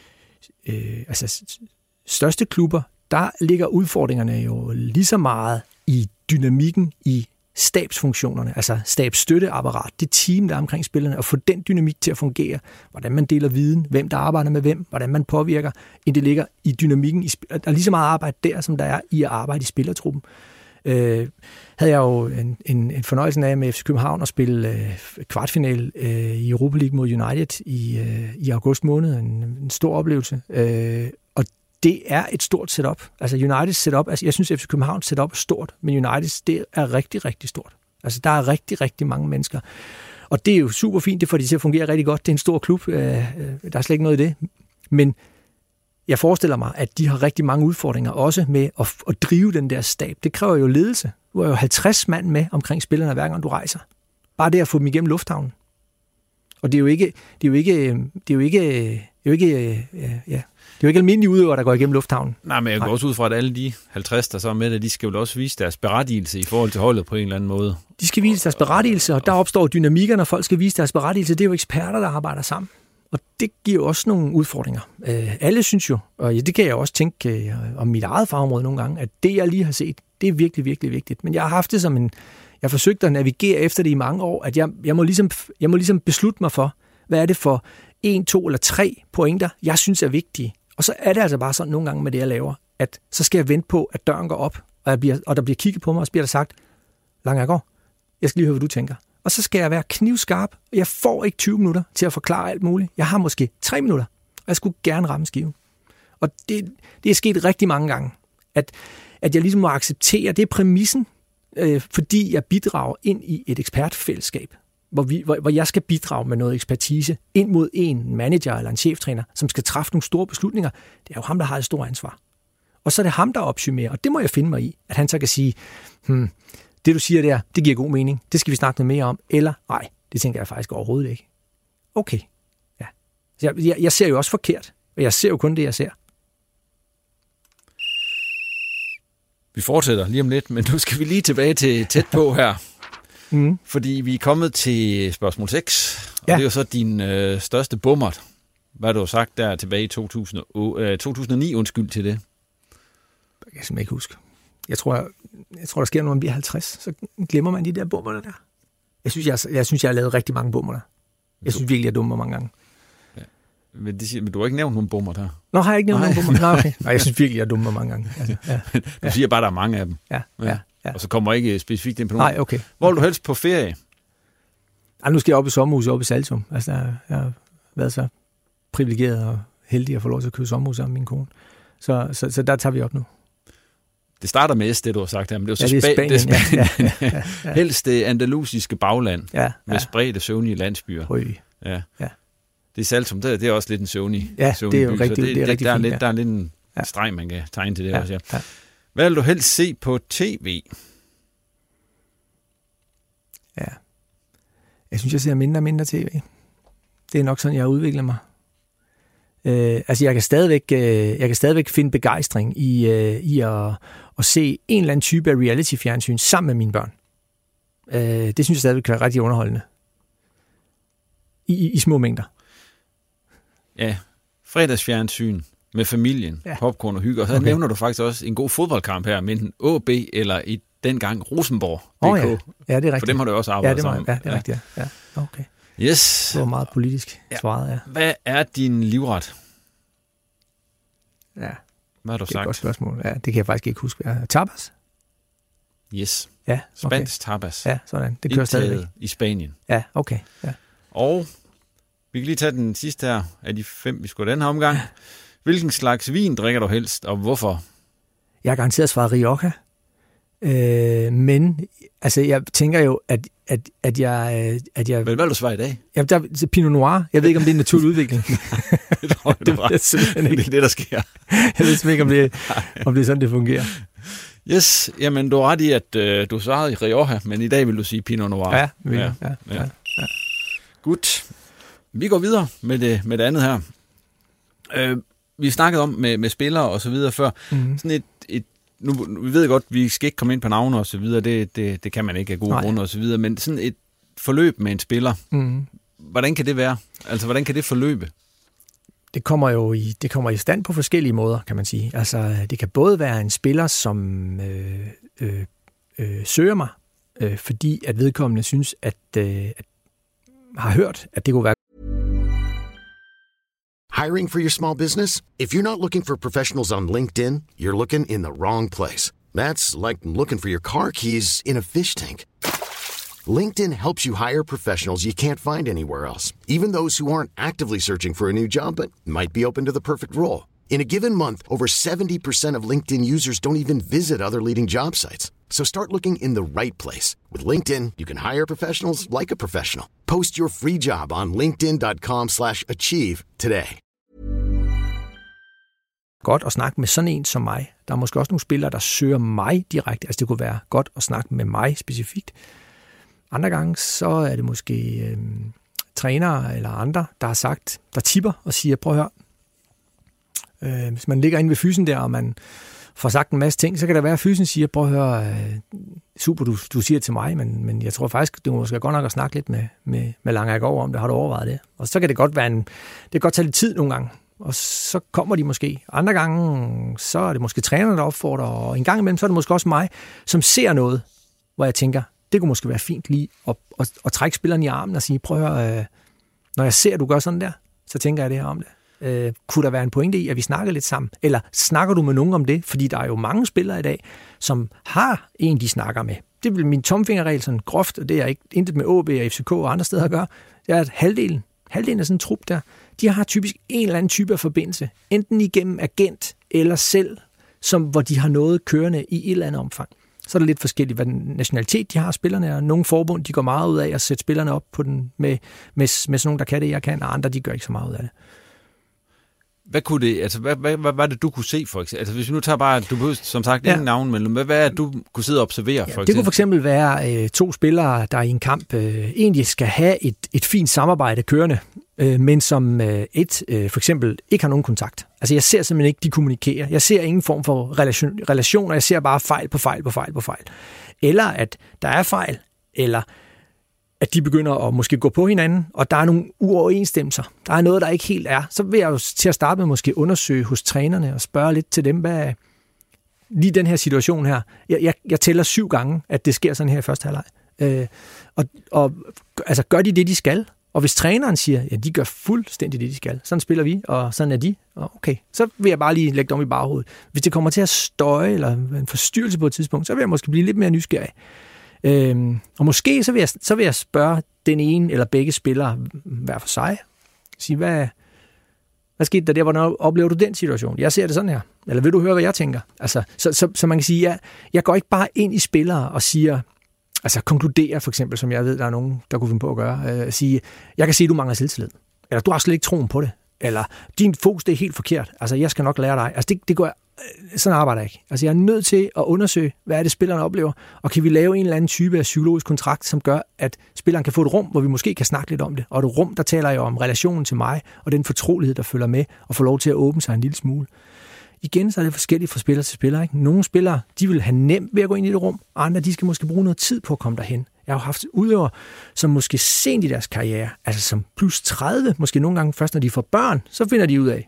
øh, altså, største klubber, der ligger udfordringerne jo lige så meget i dynamikken i stabsfunktionerne, altså stabsstøtteapparat, det team, der er omkring spillerne, og få den dynamik til at fungere, hvordan man deler viden, hvem der arbejder med hvem, hvordan man påvirker, end det ligger i dynamikken. I, der er lige så meget arbejde der, som der er i at arbejde i spillertruppen. Øh, havde jeg jo en, en, en fornøjelse af med F C København at spille øh, kvartfinal øh, i Europa League mod United i, øh, i august måned. En, en stor oplevelse. Øh, og det er et stort setup. Altså Uniteds setup, altså jeg synes F C Københavns setup er stort, men Uniteds det er rigtig, rigtig stort. Altså der er rigtig, rigtig mange mennesker. Og det er jo super fint, det får de til at fungere rigtig godt. Det er en stor klub, øh, der er slet ikke noget i det. Men jeg forestiller mig, at de har rigtig mange udfordringer også med at, at drive den der stab. Det kræver jo ledelse. Du har jo halvtreds mand med omkring spillerne, hver gang du rejser. Bare det at få dem igennem lufthavnen. Og det er jo ikke, det er jo ikke, det er jo ikke, det er jo ikke, ja, ja. Det er jo ikke almindelige udøvere, der går igennem lufthavnen. Nej, men jeg går også ud fra, at alle de halvtreds, der så er med det, de skal jo også vise deres berettigelse i forhold til holdet på en eller anden måde. De skal vise deres berettigelse, og der opstår dynamikker, når folk skal vise deres berettigelse. Det er jo eksperter, der arbejder sammen. Og det giver jo også nogle udfordringer. Øh, alle synes jo, og det kan jeg også tænke øh, om mit eget fagområde nogle gange, at det, jeg lige har set, det er virkelig, virkelig vigtigt. Men jeg har haft det som en... Jeg har forsøgt at navigere efter det i mange år, at jeg, jeg, må ligesom, jeg må ligesom beslutte mig for, hvad er det for en, to eller tre pointer, jeg synes er vigtige. Og så er det altså bare sådan nogle gange med det, jeg laver, at så skal jeg vente på, at døren går op, og, jeg bliver, og der bliver kigget på mig, og så bliver der sagt, Langergaard, jeg skal lige høre, hvad du tænker. Og så skal jeg være knivskarp, og jeg får ikke tyve minutter til at forklare alt muligt. Jeg har måske tre minutter, og jeg skulle gerne ramme skiven. Og det, det er sket rigtig mange gange, at, at jeg ligesom må acceptere, det er præmissen, øh, fordi jeg bidrager ind i et ekspertfællesskab, hvor, vi, hvor, hvor jeg skal bidrage med noget ekspertise ind mod en manager eller en cheftræner, som skal træffe nogle store beslutninger. Det er jo ham, der har et stort ansvar. Og så er det ham, der opsummerer, og det må jeg finde mig i, at han så kan sige, hmm, det du siger der, det giver god mening, det skal vi snakke noget mere om, eller nej, det tænker jeg faktisk overhovedet ikke. Okay, ja. Jeg, jeg, jeg ser jo også forkert, og jeg ser jo kun det, jeg ser. Vi fortsætter lige om lidt, men nu skal vi lige tilbage til tæt på her. Mm. Fordi vi er kommet til spørgsmål seks, og ja. Det er jo så din øh, største bummert. Hvad du har sagt der tilbage i to tusind og ni, undskyld til det. Jeg kan simpelthen ikke huske. Jeg tror, jeg, jeg tror der sker, når man bliver halvtreds, så glemmer man de der bummer der. Jeg synes, jeg, jeg, synes, jeg har lavet rigtig mange bummer der. Jeg synes virkelig, jeg dummer mange gange. Ja. Men, det siger, men du har ikke nævnt nogen bummer der? Nå, har jeg ikke nævnt nogen bummer? Nå, okay. Nej, jeg synes virkelig, jeg dummer mange gange. Altså, ja. Du siger bare, der er mange af dem. Ja, ja. ja. Ja. Og så kommer ikke specifikt ind på nogen. Nej, okay. Hvor er du helst på ferie? Ej, nu skal jeg op i sommerhuset oppe i Saltum. Altså, jeg, jeg har været så privilegeret og heldig at få lov til at købe sommerhus sammen med min kone. Så, så, så der tager vi op nu. Det starter med S, det du har sagt her, men det er jo så ja, det er Spanien, Spanien. Ja, ja, ja, ja. Helst det andalusiske bagland ja, med ja. spredte søvnige landsbyer. Høj. Ja. ja. Det er Saltum, det er, det er også lidt en søvnig ja, søvnig det er jo by, rigtig, det, det er det, rigtig der, er fint, lidt, ja. der er lidt en ja. streg, man kan tegne til det ja, også. Ja. Ja. Hvad vil du helst se på tv? Ja. Jeg synes, jeg ser mindre og mindre tv. Det er nok sådan, jeg udvikler mig. Øh, altså, jeg kan stadigvæk, øh, jeg kan stadigvæk finde begejstring i, øh, i at, at se en eller anden type af reality-fjernsyn sammen med mine børn. Øh, det synes jeg stadigvæk kan være rigtig underholdende. I, i, i små mængder. Ja, fredagsfjernsyn med familien, ja. Popcorn og hygge. Og så okay. nævner du faktisk også en god fodboldkamp her, med en A B eller i dengang Rosenborg B K. Oh, ja. ja, det er rigtigt. For dem har du også arbejdet ja, det sammen. Ja, det er ja. rigtigt. Ja. Ja. Okay. Yes. Det var meget politisk ja. svaret, ja. Hvad er din livret? Ja. Hvad har du det er sagt? Et godt spørgsmål. Ja, det kan jeg faktisk ikke huske. Ja. Tapas? Yes. Ja, okay. Spansk tapas. Ja, sådan. Det kører stadigvæk. I Spanien. Ja, okay. Ja. Og vi kan lige tage den sidste her af de fem, vi skulle den her omgang. Hvilken slags vin drikker du helst, og hvorfor? Jeg har garanteret svaret Rioja. Øh, men altså, jeg tænker jo, at, at, at jeg... At jeg Men hvad vil du svare i dag? Ja, der, Pinot Noir. Jeg ved ikke, om det er en naturlig udvikling. det tror jeg, det, det, det er det, der sker. Jeg ved simpelthen ikke, om det, om det er sådan, det fungerer. Yes, jamen du har ret i, at øh, du svarede i Rioja, men i dag vil du sige Pinot Noir. Ja, vil ja, ja, ja, ja. ja. Godt. Vi går videre med det, med det andet her. Øh, vi snakkede om med, med spillere og så videre før. Mm-hmm. Sådan et, et nu, vi ved godt, vi skal ikke komme ind på navne og så videre. Det, det, det kan man ikke af gode grunde og så videre. Men sådan et forløb med en spiller, mm-hmm. hvordan kan det være? Altså, hvordan kan det forløbe? Det kommer jo i, det kommer i stand på forskellige måder, kan man sige. Altså, det kan både være en spiller, som øh, øh, øh, søger mig, øh, fordi at vedkommende synes, at, øh, at har hørt, at det kunne være. Hiring for your small business? If you're not looking for professionals on LinkedIn, you're looking in the wrong place. That's like looking for your car keys in a fish tank. LinkedIn helps you hire professionals you can't find anywhere else, even those who aren't actively searching for a new job but might be open to the perfect role. In a given month, over seventy percent of LinkedIn users don't even visit other leading job sites. So start looking in the right place. With LinkedIn, you can hire professionals like a professional. Post your free job on linkedin dot com slash achieve today. Godt at snakke med sådan en som mig. Der er måske også nogle spillere, der søger mig direkte. Altså det kunne være godt at snakke med mig specifikt. Andre gange, så er det måske øh, trænere eller andre, der har sagt, der tipper og siger, prøv at høre, øh, hvis man ligger inde ved fysen der, og man får sagt en masse ting, så kan det være, at fysen siger, prøv at høre, øh, super, du, du siger til mig, men, men jeg tror faktisk, det måske godt nok at snakke lidt med, med, med Langagaard om det. Har du overvejet det? Og så kan det godt være en, det kan godt tage lidt tid nogle gange, og så kommer de måske. Andre gange, så er det måske trænerne, der opfordrer, og en gang imellem, så er det måske også mig, som ser noget, hvor jeg tænker, det kunne måske være fint lige at, at, at trække spilleren i armen og sige, prøv at høre, øh, når jeg ser, at du gør sådan der, så tænker jeg det her om det. Øh, kunne der være en pointe i, at vi snakker lidt sammen? Eller snakker du med nogen om det? Fordi der er jo mange spillere i dag, som har en, de snakker med. Det vil min tomfingerregel sådan groft, og det er ikke intet med O B og F C K og andre steder at gøre. Det er, at halvdelen, halvdelen af sådan en trup der, de har typisk en eller anden type af forbindelse. Enten igennem agent eller selv, som, hvor de har noget kørende i et eller andet omfang. Så er det lidt forskelligt, hvad nationalitet de har, spillerne er. Nogle forbund, de går meget ud af at sætte spillerne op på den, med, med, med sådan nogle, der kan det, jeg kan, og andre, de gør ikke så meget ud af det. Hvad kunne det, altså hvad, hvad, hvad var det, du kunne se for eksempel? Altså hvis vi nu tager bare, du behøver som sagt ja. ingen navn, men hvad, hvad er det, du kunne sidde og observere ja, for eksempel? Det kunne for eksempel være øh, to spillere, der i en kamp øh, egentlig skal have et, et fint samarbejde kørende, øh, men som øh, et øh, for eksempel ikke har nogen kontakt. Altså jeg ser simpelthen ikke, de kommunikerer. Jeg ser ingen form for relation, relationer, jeg ser bare fejl på fejl på fejl på fejl. Eller at der er fejl, eller at de begynder at måske gå på hinanden, og der er nogle uoverensstemmelser. Der er noget, der ikke helt er. Så vil jeg jo til at starte med måske undersøge hos trænerne og spørge lidt til dem, hvad lige den her situation her. Jeg, jeg, jeg tæller syv gange, at det sker sådan her i første halvleg. Øh, og, og altså, gør de det, de skal? Og hvis træneren siger, ja, de gør fuldstændig det, de skal, sådan spiller vi, og sådan er de, og okay, så vil jeg bare lige lægge det om i baghovedet. Hvis det kommer til at støje, eller en forstyrrelse på et tidspunkt, så vil jeg måske blive lidt mere nysgerrig. Øhm, og måske så vil, jeg, så vil jeg spørge den ene eller begge spillere hver for sig. Sige, hvad, hvad skete der der? Hvordan oplever du den situation? Jeg ser det sådan her. Eller vil du høre, hvad jeg tænker? Altså, så, så, så man kan sige, jeg, jeg går ikke bare ind i spillere og siger, altså konkluderer for eksempel, som jeg ved, der er nogen, der kunne finde på at gøre, øh, sige, jeg kan sige, du mangler selvtillid. Eller du har slet ikke troen på det. Eller din fokus, det er helt forkert. Altså, jeg skal nok lære dig. Altså, det, det går jeg, sådan arbejder jeg ikke. Altså, jeg er nødt til at undersøge, hvad er det, spillerne oplever, og kan vi lave en eller anden type af psykologisk kontrakt, som gør, at spilleren kan få et rum, hvor vi måske kan snakke lidt om det. Og et rum, der taler jo om relationen til mig, og den fortrolighed, der følger med, og få lov til at åbne sig en lille smule. Igen, så er det forskelligt fra spiller til spiller. Ikke? Nogle spillere, de vil have nemt ved at gå ind i det rum, andre, de skal måske bruge noget tid på at komme derhen. Jeg har haft udøvere, som måske sent i deres karriere, altså som plus tredive, måske nogle gange først, når de får børn, så finder de ud af.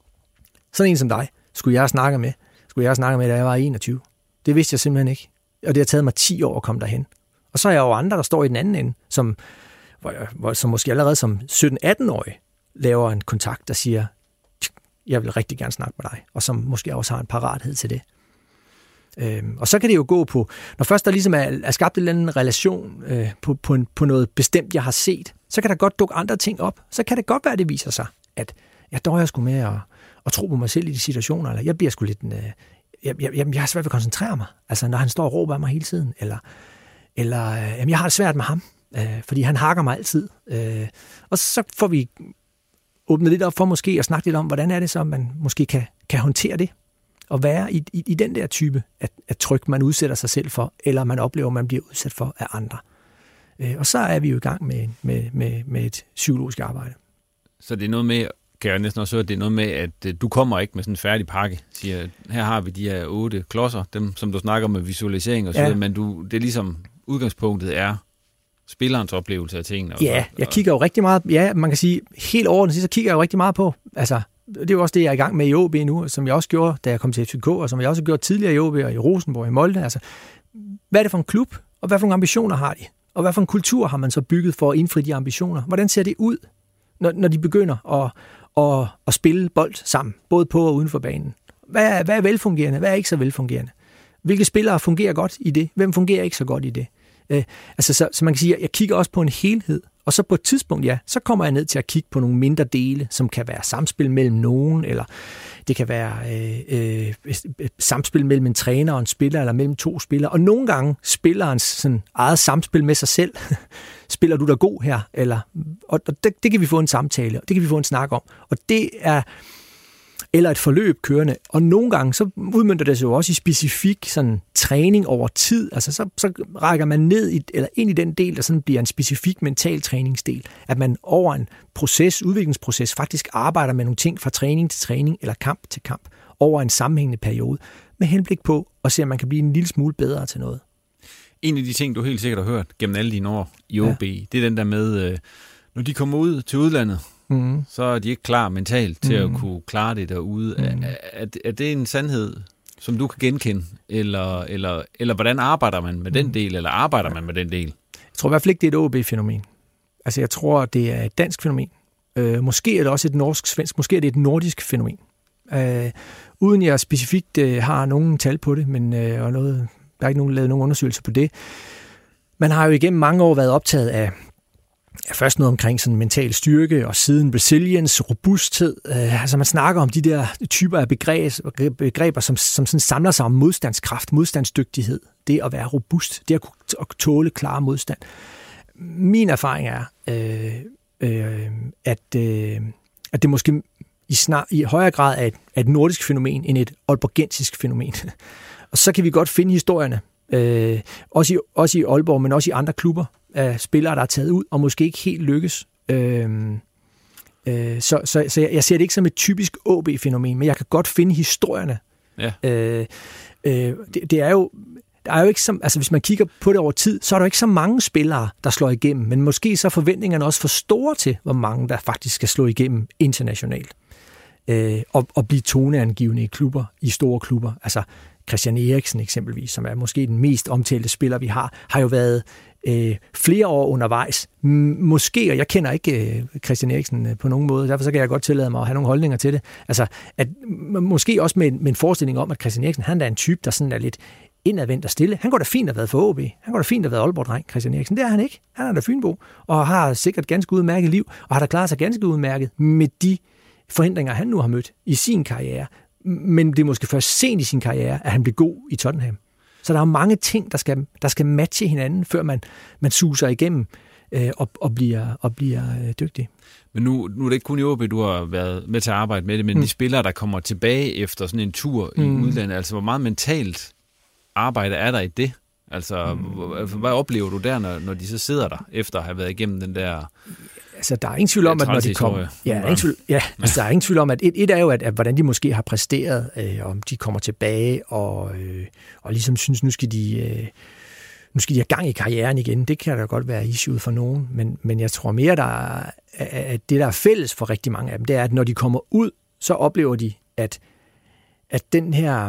Sådan en som dig, skulle jeg snakke med, skulle jeg snakke med, da jeg var enogtyve. Det vidste jeg simpelthen ikke. Og det har taget mig ti år at komme derhen. Og så er jeg jo andre, der står i den anden ende, som, hvor jeg, hvor, som måske allerede som sytten-atten-årig laver en kontakt, der siger, jeg vil rigtig gerne snakke med dig, og som måske også har en parathed til det. Øhm, og så kan det jo gå på, når først der ligesom er, er skabt en eller anden relation øh, på, på, en, på noget bestemt, jeg har set, så kan der godt dukke andre ting op. Så kan det godt være, at det viser sig, at jeg døjer sgu med at, at tro på mig selv i de situationer, eller jeg bliver sgu lidt, øh, jeg, jeg, jeg har svært ved at koncentrere mig, altså når han står og råber af mig hele tiden, eller, eller øh, jamen, jeg har det svært med ham, øh, fordi han hakker mig altid. Øh, og så får vi åbnet lidt op for måske at snakke lidt om, hvordan er det så, man måske kan, kan håndtere det, og være i, i, i den der type af, af tryk, man udsætter sig selv for, eller man oplever, man bliver udsat for af andre. Øh, og så er vi jo i gang med, med, med, med et psykologisk arbejde. Så det er noget med, kan jeg næsten også høre, det er noget med, at du kommer ikke med sådan en færdig pakke, siger, her har vi de her otte klodser, dem som du snakker med visualisering og så videre, ja. Men du, det er ligesom, udgangspunktet er spillerens oplevelse af tingene. Ja, og, jeg kigger jo rigtig meget, ja, man kan sige, helt overordnet, så kigger jeg jo rigtig meget på, altså, det er jo også det, jeg er i gang med i O B nu, som jeg også gjorde, da jeg kom til F C K, og som jeg også har gjort tidligere i O B og i Rosenborg i Molde, altså, hvad er det for en klub, og hvad for nogle ambitioner har de, og hvad for en kultur har man så bygget for at indfri de ambitioner, hvordan ser det ud, når, når de begynder at, at, at spille bold sammen, både på og uden for banen. Hvad er, hvad er velfungerende, hvad er ikke så velfungerende? Hvilke spillere fungerer godt i det, hvem fungerer ikke så godt i det? Øh, altså, så, så man kan sige, at jeg kigger også på en helhed, og så på et tidspunkt, ja, så kommer jeg ned til at kigge på nogle mindre dele, som kan være samspil mellem nogen, eller det kan være øh, øh, samspil mellem en træner og en spiller, eller mellem to spillere, og nogle gange spillerens sådan, eget samspil med sig selv. Spiller du der god her? Eller, og det, det kan vi få en samtale, og det kan vi få en snak om, og det er eller et forløb kørende, og nogle gange så udmønter det sig jo også i specifik sådan, træning over tid, altså så, så rækker man ned i, eller ind i den del, der sådan bliver en specifik mental træningsdel, at man over en proces, udviklingsproces, faktisk arbejder med nogle ting fra træning til træning, eller kamp til kamp, over en sammenhængende periode, med henblik på at se, om man kan blive en lille smule bedre til noget. En af de ting, du helt sikkert har hørt gennem alle dine år i O B, ja. Det er den der med, når de kommer ud til udlandet, Mm. så er de ikke klar mentalt til mm. at kunne klare det derude. Mm. Er, er, er det en sandhed, som du kan genkende? Eller, eller, eller hvordan arbejder man med den del, eller arbejder man med den del? Jeg tror i hvert fald ikke, det er et O B-fænomen. Altså, jeg tror, det er et dansk fænomen. Øh, måske er det også et norsk-svensk, måske er det et nordisk fænomen. Øh, uden jeg specifikt øh, har nogen tal på det, men øh, og noget, der er ikke nogen, lavet nogen undersøgelser på det. Man har jo igennem mange år været optaget af Ja, først noget omkring sådan mental styrke, og siden resilience, robusthed. Øh, altså man snakker om de der typer af begreber, begreber som, som sådan samler sig om modstandskraft, modstandsdygtighed. Det at være robust, det at kunne at tåle klare modstand. Min erfaring er, øh, øh, at, øh, at det måske i, snar, i højere grad er et, er et nordisk fænomen end et aalborgensisk fænomen. Og så kan vi godt finde historierne, øh, også, i, også i Aalborg, men også i andre klubber, af spillere, der er taget ud, og måske ikke helt lykkes. Øhm, øh, så så, så jeg, jeg ser det ikke som et typisk O B-fænomen, men jeg kan godt finde historierne. Ja. Øh, øh, det, det er jo, der er jo ikke som, altså hvis man kigger på det over tid, så er der ikke så mange spillere, der slår igennem, men måske så er forventningerne også for store til, hvor mange der faktisk skal slå igennem internationalt. Øh, og, og blive toneangivende i klubber, i store klubber. Altså Christian Eriksen eksempelvis, som er måske den mest omtalte spiller, vi har, har jo været øh, flere år undervejs. M- måske, og jeg kender ikke øh, Christian Eriksen øh, på nogen måde, derfor så kan jeg godt tillade mig at have nogle holdninger til det. Altså, at m- måske også med, med en forestilling om, at Christian Eriksen, han er en type, der sådan er lidt indadvendt og stille. Han går da fint at have været for O B. Han går da fint at have været Aalborg-dreng, Christian Eriksen. Det er han ikke. Han er da Fynbo, og har sikkert ganske udmærket liv, og har da klaret sig ganske udmærket med de forhindringer, han nu har mødt i sin karriere. Men det er måske først sent i sin karriere, at han bliver god i Tottenham. Så der er mange ting, der skal, der skal matche hinanden, før man, man suser igennem øh, og, og bliver, og bliver øh, dygtig. Men nu, nu er det ikke kun i O B, du har været med til at arbejde med det, men mm. de spillere, der kommer tilbage efter sådan en tur i mm. udlandet, altså hvor meget mentalt arbejde er der i det? Altså, mm. hvad oplever du der, når, når de så sidder der, efter at have været igennem den der... Altså, der er ingen tvivl om, at når de kommer... Ja, der er ingen tvivl, ja, altså, der er ingen tvivl om, at et, et er jo, at, at hvordan de måske har præsteret, øh, om de kommer tilbage og, øh, og ligesom synes, nu skal de... Øh, nu skal de have gang i karrieren igen. Det kan da godt være issue for nogen, men, men jeg tror mere, der er, at det, der er fælles for rigtig mange af dem, det er, at når de kommer ud, så oplever de, at, at den her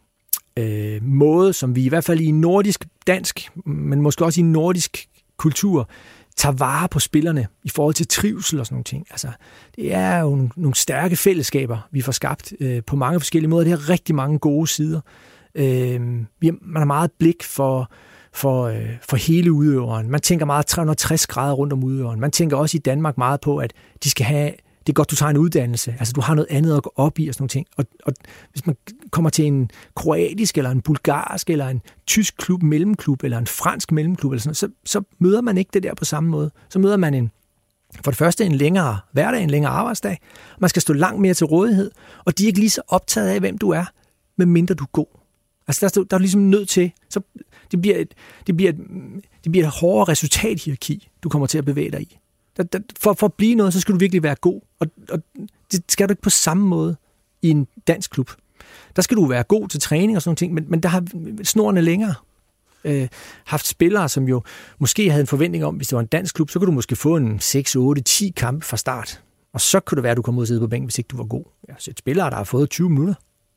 øh, måde, som vi i hvert fald i nordisk dansk, men måske også i nordisk kultur, tager vare på spillerne i forhold til trivsel og sådan nogle ting. Altså, det er jo nogle, nogle stærke fællesskaber, vi får skabt øh, på mange forskellige måder. Det har rigtig mange gode sider. Øh, vi har, man har meget blik for, for, øh, for hele udøveren. Man tænker meget tre hundrede og tres grader rundt om udøveren. Man tænker også i Danmark meget på, at de skal have, det er godt, du tager en uddannelse. Altså, du har noget andet at gå op i og sådan nogle ting. Og, og hvis man kommer til en kroatisk, eller en bulgarsk, eller en tysk klub, mellemklub, eller en fransk mellemklub, eller sådan noget, så, så møder man ikke det der på samme måde. Så møder man en, for det første en længere hverdag, en længere arbejdsdag. Man skal stå langt mere til rådighed, og de er ikke lige så optaget af, hvem du er, medmindre du er god. Altså, der er, der er ligesom nødt til, så det bliver, et, det, bliver et, det bliver et hårdere resultathierarki, du kommer til at bevæge dig i. Der, der, for, for at blive noget, så skal du virkelig være god, og, og det skal du ikke på samme måde i en dansk klub. Der skal du være god til træning og sådan noget ting, men, men der har snorene længere øh, haft spillere, som jo måske havde en forventning om, hvis det var en dansk klub, så kunne du måske få en seks, otte, ti kampe fra start, og så kunne det være, at du kom ud og sidde på bænken, hvis ikke du var god. Jeg har set spillere, der har fået tyve minutter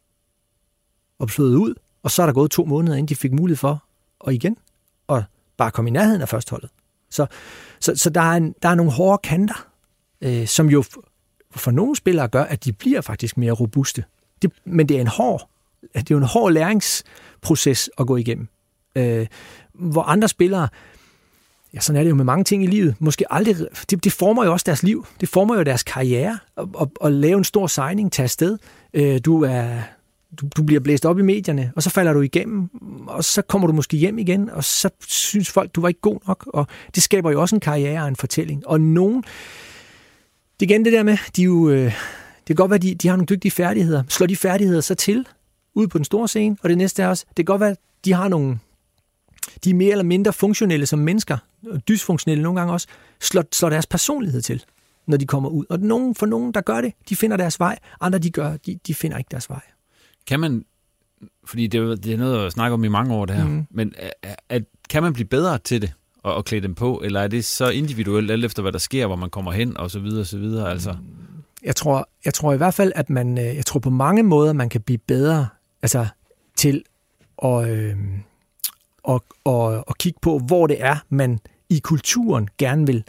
og slået ud, og så er der gået to måneder, inden de fik mulighed for og igen, og bare komme i nærheden af førsteholdet. Så, så, så der, er en, der er nogle hårde kanter, øh, som jo for, for nogle spillere gør, at de bliver faktisk mere robuste. Det, men det er en hård, det er jo en hård læringsproces at gå igennem. Øh, hvor andre spillere, ja, sådan er det jo med mange ting i livet, måske aldrig, det, det former jo også deres liv, det former jo deres karriere, at lave en stor signing, tage afsted. Øh, du er... Du, du bliver blæst op i medierne, og så falder du igennem, og så kommer du måske hjem igen, og så synes folk, du var ikke god nok, og det skaber jo også en karriere og en fortælling. Og nogen, det igen det der med, de jo, det kan godt være, de, de har nogle dygtige færdigheder. Slår de færdigheder så til, ude på den store scene, og det næste er også, det kan godt være, de har nogle, de er mere eller mindre funktionelle som mennesker, og dysfunktionelle nogle gange også, slår, slår deres personlighed til, når de kommer ud. Og nogen, for nogen, der gør det, de finder deres vej, andre de gør, de, de finder ikke deres vej. Kan man, fordi det er, det er noget at snakke om i mange år det her, mm. men at, at, kan man blive bedre til det og, og klæde dem på, eller er det så individuelt alt efter hvad der sker, hvor man kommer hen og så videre og så videre? Altså. Jeg tror, jeg tror i hvert fald, at man, jeg tror på mange måder man kan blive bedre, altså til at, øh, at, at, at kigge på, hvor det er man i kulturen gerne vil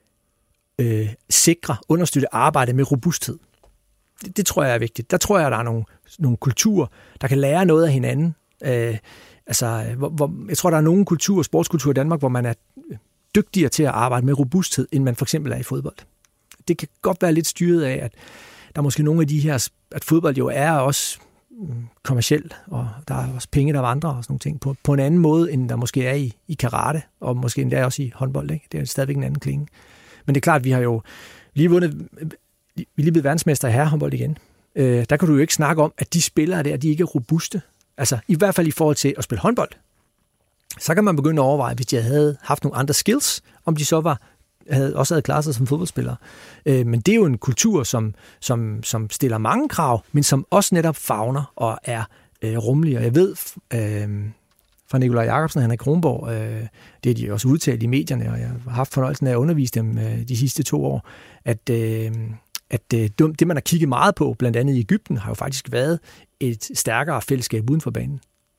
øh, sikre, understøtte arbejde med robusthed. Det, det tror jeg er vigtigt. Der tror jeg, at der er nogle, nogle kulturer, der kan lære noget af hinanden. Øh, altså, hvor, hvor, jeg tror, der er nogle kulturer, sportskulturer i Danmark, hvor man er dygtigere til at arbejde med robusthed, end man for eksempel er i fodbold. Det kan godt være lidt styret af, at der er måske nogle af de her, at fodbold jo er også kommercielt, og der er også penge, der vandrer og sådan nogle ting, på, på en anden måde, end der måske er i, i karate, og måske endda også i håndbold. Ikke? Det er stadigvæk en anden klinge. Men det er klart, at vi har jo lige vundet... Vi er lige blevet verdensmester i herrehåndbold igen. Øh, der kan du jo ikke snakke om, at de spillere der, de ikke er robuste. Altså, i hvert fald i forhold til at spille håndbold. Så kan man begynde at overveje, hvis de havde haft nogle andre skills, om de så var, havde, også havde klaret sig som fodboldspillere. Øh, men det er jo en kultur, som, som, som stiller mange krav, men som også netop favner og er øh, rummelig. Og jeg ved øh, fra Nikolaj Jakobsen og Henrik Kronborg, øh, det er de også udtalt i medierne, og jeg har haft fornøjelsen af at undervise dem øh, de sidste to år, at... Øh, at det, man har kigget meget på, blandt andet i Egypten, har jo faktisk været et stærkere fællesskab uden for banen.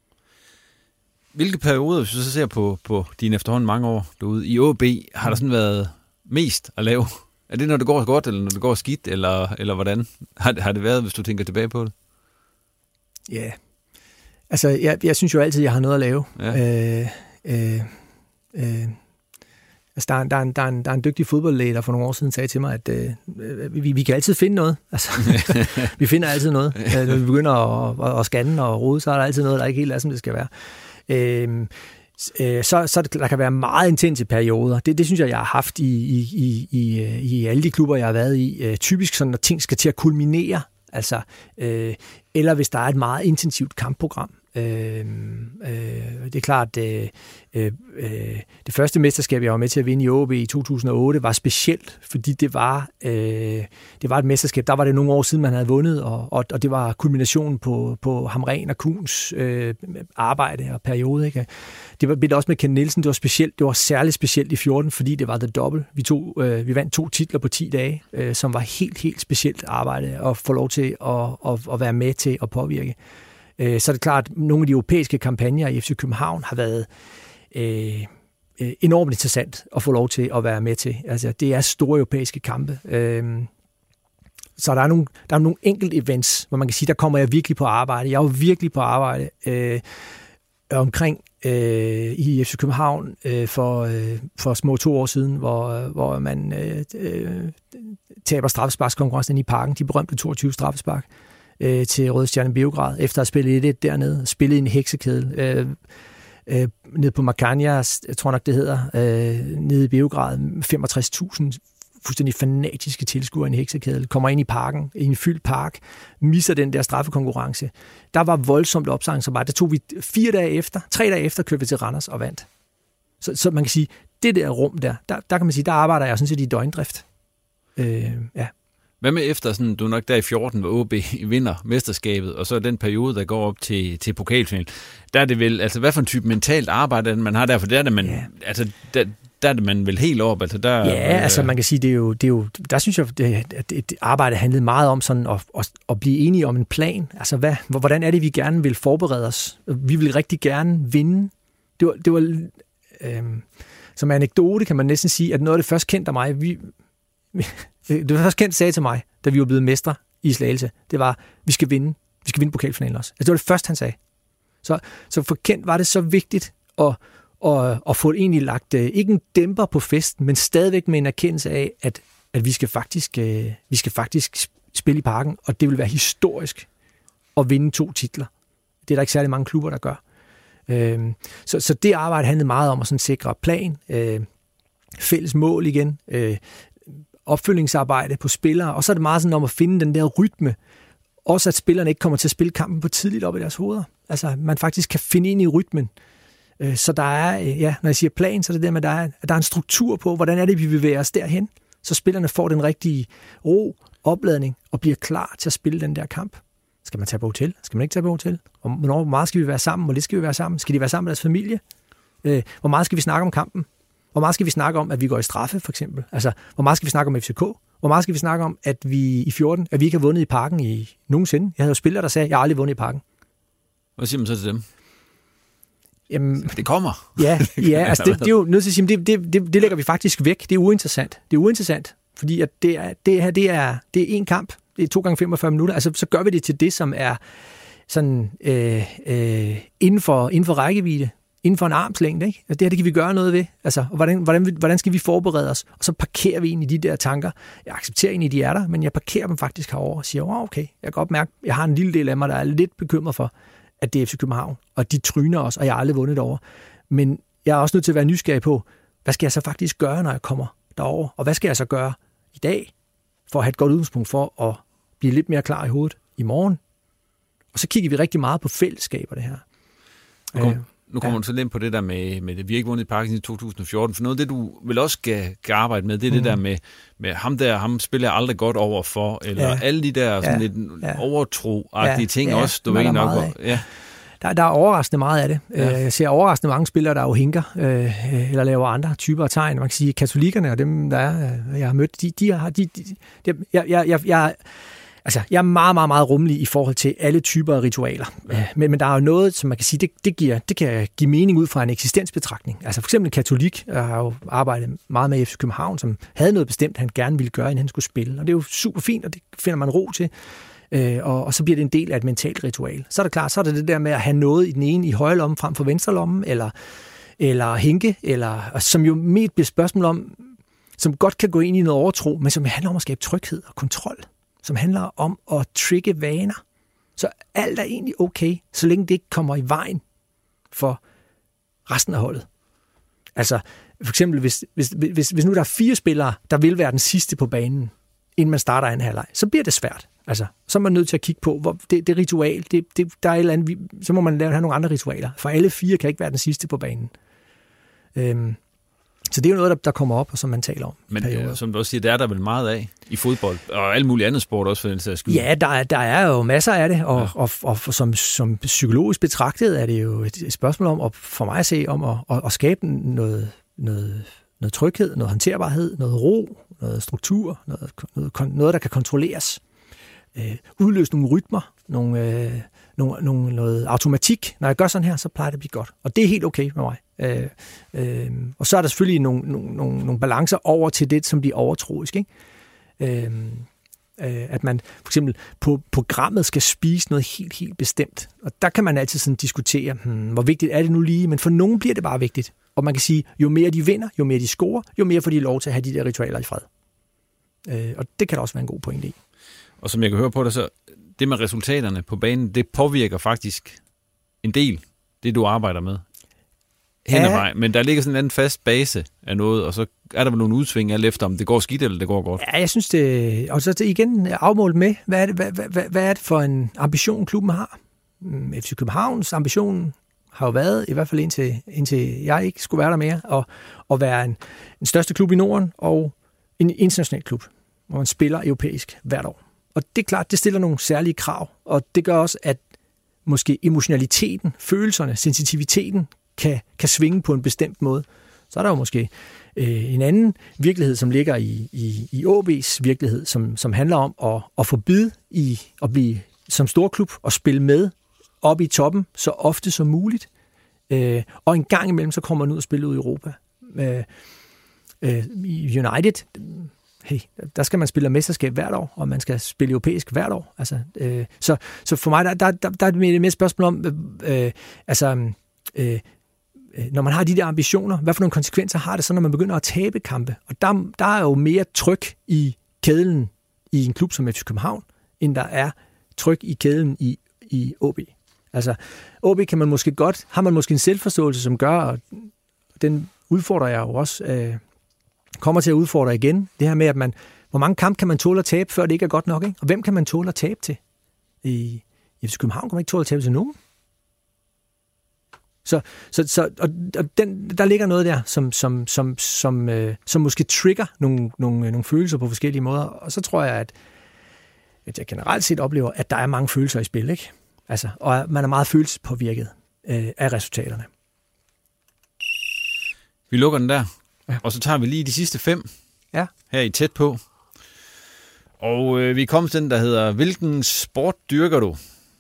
Hvilke perioder, hvis du så ser på, på dine efterhånden mange år derude i A B, har der sådan været mest at lave? Er det, når det går godt, eller når det går skidt, eller, eller hvordan har, har det været, hvis du tænker tilbage på det? Ja, yeah. altså jeg, jeg synes jo altid, jeg har noget at lave. Ja. Øh, øh, øh. Altså, der er, der, er en, der, er en, der er en dygtig fodboldlæge, der for nogle år siden sagde til mig, at øh, vi, vi kan altid finde noget. Altså, vi finder altid noget. Når vi begynder at, at, at scanne og rode, så er der altid noget, der ikke helt er, som det skal være. Øh, øh, så, så der kan være meget intense perioder. Det, det synes jeg, jeg har haft i, i, i, i, i alle de klubber, jeg har været i. Øh, typisk sådan, når ting skal til at kulminere. Altså, øh, eller hvis der er et meget intensivt kampprogram. Øh, øh, det er klart, øh, øh, det første mesterskab, jeg var med til at vinde i A B i to tusind og otte, var specielt, fordi det var, øh, det var et mesterskab. Der var det nogle år siden, man havde vundet, og, og, og det var kulminationen på, på Hamren og Kuhns øh, arbejde og periode. Ikke? Det var det også med Ken Nielsen, det var specielt, det var særligt specielt i fjorten, fordi det var the double. Vi, tog, øh, vi vandt to titler på ti dage, øh, som var helt, helt specielt arbejde, og få lov til at, at, at være med til at påvirke. Så er det klart, at nogle af de europæiske kampagner i F C København har været øh, enormt interessant at få lov til at være med til. Altså, det er store europæiske kampe. Øh, så der er nogle, der er nogle enkelte events, hvor man kan sige, der kommer jeg virkelig på arbejde. Jeg er jo virkelig på arbejde øh, omkring øh, i F C København øh, for, øh, for små to år siden, hvor, hvor man øh, øh, taber straffesparkskonkurrencen i Parken, de berømte toogtyve straffespark, øh, til Røde Stjerne Beograd, efter at have spillet et et dernede, spillet i en heksekedel, øh, øh, nede på Marcania, jeg tror nok det hedder, øh, nede i Beograd, femogtres tusind fuldstændig fanatiske tilskuere i en heksekedel, kommer ind i parken, i en fyldt park, misser den der straffekonkurrence. Der var voldsomt opsagningsarbejde. Der tog vi fire dage efter, tre dage efter, kørte vi til Randers og vandt. Så, så man kan sige, det der rum der, der, der kan man sige, der arbejder jeg sådan set i døgndrift. Øh, ja. Hvad med efter, sådan, du er nok der i fjorten, hvor O B vinder mesterskabet, og så den periode, der går op til, til pokalfinalen, der er det vel, altså hvad for en type mentalt arbejde, man har der, for der er det, man, ja. altså, der, der er det man vel helt op, altså der... Ja, altså man kan sige, det er jo, det er jo der synes jeg, at et arbejde handlede meget om sådan at, at, at blive enige om en plan. Altså hvad, hvordan er det, vi gerne vil forberede os? Vi vil rigtig gerne vinde. Det var, det var øh, som anekdote kan man næsten sige, at noget af det først kendte af mig, vi, det var først kendt sagde til mig, da vi var blevet mestre i Slagelse, det var, vi skal vinde. Vi skal vinde pokalfinalen også. Altså det var det første, han sagde. Så, så for Kent var det så vigtigt at Og, og få egentlig lagt øh, ikke en dæmper på festen, men stadigvæk med en erkendelse af, at, at vi, skal faktisk, øh, vi skal faktisk spille i Parken, og det vil være historisk at vinde to titler. Det er der ikke særlig mange klubber, der gør. Øh, så, så det arbejde handlede meget om at sådan sikre plan, øh, fælles mål igen, øh, opfølgningsarbejde på spillere, og så er det meget sådan om at finde den der rytme, også at spillerne ikke kommer til at spille kampen på tidligt op i deres hoveder. Altså, man faktisk kan finde ind i rytmen. Så der er, ja, når jeg siger plan, så er det der med, at der er, at der er en struktur på, hvordan er det, vi bevæger os derhen, så spillerne får den rigtige ro, opladning og bliver klar til at spille den der kamp. Skal man tage på hotel? Skal man ikke tage på hotel? Hvor meget skal vi være sammen? Hvor lidt skal vi være sammen? Skal de være sammen med deres familie? Hvor meget skal vi snakke om kampen? Hvor meget skal vi snakke om, at vi går i straffe, for eksempel? Altså, hvor meget skal vi snakke om F C K? Hvor meget skal vi snakke om, at vi i fjorten, at vi ikke har vundet i Parken i nogensinde? Jeg havde jo spillere, der sagde, at jeg har aldrig vundet i Parken. Hvad siger man så til dem? Jamen, det kommer. Ja, ja altså det, det er jo nødt til at sige, det, det, det, det lægger vi faktisk væk. Det er uinteressant. Det er uinteressant, fordi at det, er, det her det er, det er en kamp. Det er to gange femogfyrre minutter. Altså, så gør vi det til det, som er sådan, øh, øh, inden, for, inden for rækkevidde, inden for en armslængde. Ikke? Altså, det her det kan vi gøre noget ved. Altså, hvordan, hvordan, hvordan skal vi forberede os? Og så parkerer vi egentlig de der tanker. Jeg accepterer egentlig, de er der, men jeg parkerer dem faktisk herover og siger, wow, okay, jeg kan godt mærke, jeg har en lille del af mig, der er lidt bekymret for, at det er F C København, og de tryner os, og jeg har aldrig vundet over. Men jeg er også nødt til at være nysgerrig på, hvad skal jeg så faktisk gøre, når jeg kommer derover? Og hvad skal jeg så gøre i dag, for at have et godt udgangspunkt for at blive lidt mere klar i hovedet i morgen? Og så kigger vi rigtig meget på fællesskaber, det her. Nu, kom, nu kommer ja. du så lidt på det der med, med det, vi har ikke vundet i Parken i to tusind og fjorten, for noget af det, du vil også skal, skal arbejde med, det er mm. det der med, med ham der, ham spiller jeg aldrig godt over for, eller ja. alle de der sådan ja. lidt ja. overtro-agtige ja. ting ja. også, du ved nok. Hvor, ja. Der, der er overraskende meget af det. Ja. Jeg ser overraskende mange spillere, der jo hinker, øh, eller laver andre typer af tegn. Man kan sige, katolikkerne og dem, der er, jeg har mødt, de, de har... De, de, de, jeg, jeg, jeg, jeg, altså, jeg er meget, meget, meget rummelig i forhold til alle typer af ritualer. Ja. Men, men der er jo noget, som man kan sige, det, det, giver, det kan give mening ud fra en eksistensbetragtning. Altså for eksempel en katolik, jeg har jo arbejdet meget med i F C København, som havde noget bestemt, han gerne ville gøre, inden han skulle spille. Og det er jo super fint, og det finder man ro til. Øh, og, og så bliver det en del af et mentalt ritual. Så er det klart, så er det det der med at have noget i den ene i højre lomme frem for venstre lomme, eller, eller hinke, eller, som jo med et spørgsmål om, som godt kan gå ind i noget overtro, men som handler om at skabe tryghed og kontrol, som handler om at trigge vaner. Så alt er egentlig okay, så længe det ikke kommer i vejen for resten af holdet. Altså, for eksempel, hvis, hvis, hvis, hvis nu der er fire spillere, der vil være den sidste på banen, inden man starter anden halvleg, så bliver det svært. Altså, så er man nødt til at kigge på, hvor det, det ritual, det, det, der er et eller andet, så må man lave have nogle andre ritualer, for alle fire kan ikke være den sidste på banen. Øhm, så det er jo noget, der, der kommer op, og som man taler om. Men ja, som du også siger, der er der vel meget af i fodbold, og alle mulige andre sport også for den sags skyld. Ja, der, der er jo masser af det, og, ja. og, og, og som, som psykologisk betragtet er det jo et spørgsmål om, og for mig at se, om at, at, at skabe noget, noget, noget tryghed, noget håndterbarhed, noget ro, noget struktur, noget, noget, noget der kan kontrolleres. Øh, udløse nogle rytmer, nogle, øh, nogle, nogle, noget automatik. Når jeg gør sådan her, så plejer det at blive godt. Og det er helt okay med mig. Øh, øh, og så er der selvfølgelig nogle, nogle, nogle, nogle balancer over til det, som bliver overtroisk. Ikke? Øh, At man for eksempel på programmet skal spise noget helt, helt bestemt. Og der kan man altid sådan diskutere, hmm, hvor vigtigt er det nu lige, men for nogen bliver det bare vigtigt. Og man kan sige, jo mere de vinder, jo mere de scorer, jo mere får de lov til at have de der ritualer i fred. Og det kan der også være en god pointe i. Og som jeg kan høre på dig, så det med resultaterne på banen, det påvirker faktisk en del, det du arbejder med. Hen ad vej. Men der ligger sådan en anden fast base af noget, og så er der vel nogle udsving alt efter, om det går skidt eller det går godt. Ja, jeg synes det... Og så det igen afmålt med, hvad er, det, hvad, hvad, hvad er det for en ambition, klubben har? F C Københavns ambition har jo været, i hvert fald indtil, indtil jeg ikke skulle være der mere, og, og være en, en største klub i Norden og en international klub, hvor man spiller europæisk hvert år. Og det er klart, det stiller nogle særlige krav, og det gør også, at måske emotionaliteten, følelserne, sensitiviteten kan, kan svinge på en bestemt måde. Så er der jo måske øh, en anden virkelighed, som ligger i, i, i O B's virkelighed, som, som handler om at, at få bid i at blive som storklub og spille med op i toppen så ofte som muligt. Øh, og en gang imellem, så kommer man ud og spiller ud i Europa. Øh, øh, United, hey, der skal man spille mesterskab hvert år, og man skal spille europæisk hvert år. Altså, øh, så, så for mig, der, der, der, der er det mere spørgsmål om, øh, altså, øh, når man har de der ambitioner, hvad for nogle konsekvenser har det så, når man begynder at tabe kampe? Og der, der er jo mere tryk i kæden i en klub som F C København, end der er tryk i kæden i, i O B. Altså, O B kan man måske godt, har man måske en selvforståelse, som gør, og den udfordrer jeg jo også, øh, kommer til at udfordre igen, det her med, at man, hvor mange kampe kan man tåle at tabe, før det ikke er godt nok, ikke? Og hvem kan man tåle at tabe til? I F C København kan man ikke tåle at tabe til nogen. Så, så, så og, og den, der ligger noget der, som, som, som, som, øh, som måske trigger nogle, nogle, nogle følelser på forskellige måder. Og så tror jeg, at, at jeg generelt set oplever, at der er mange følelser i spil, ikke? Altså, og man er meget følelsespåvirket øh, af resultaterne. Vi lukker den der, ja. Og så tager vi lige de sidste fem ja. Her i Tæt på. Og øh, vi kom til den, der hedder, hvilken sport dyrker du?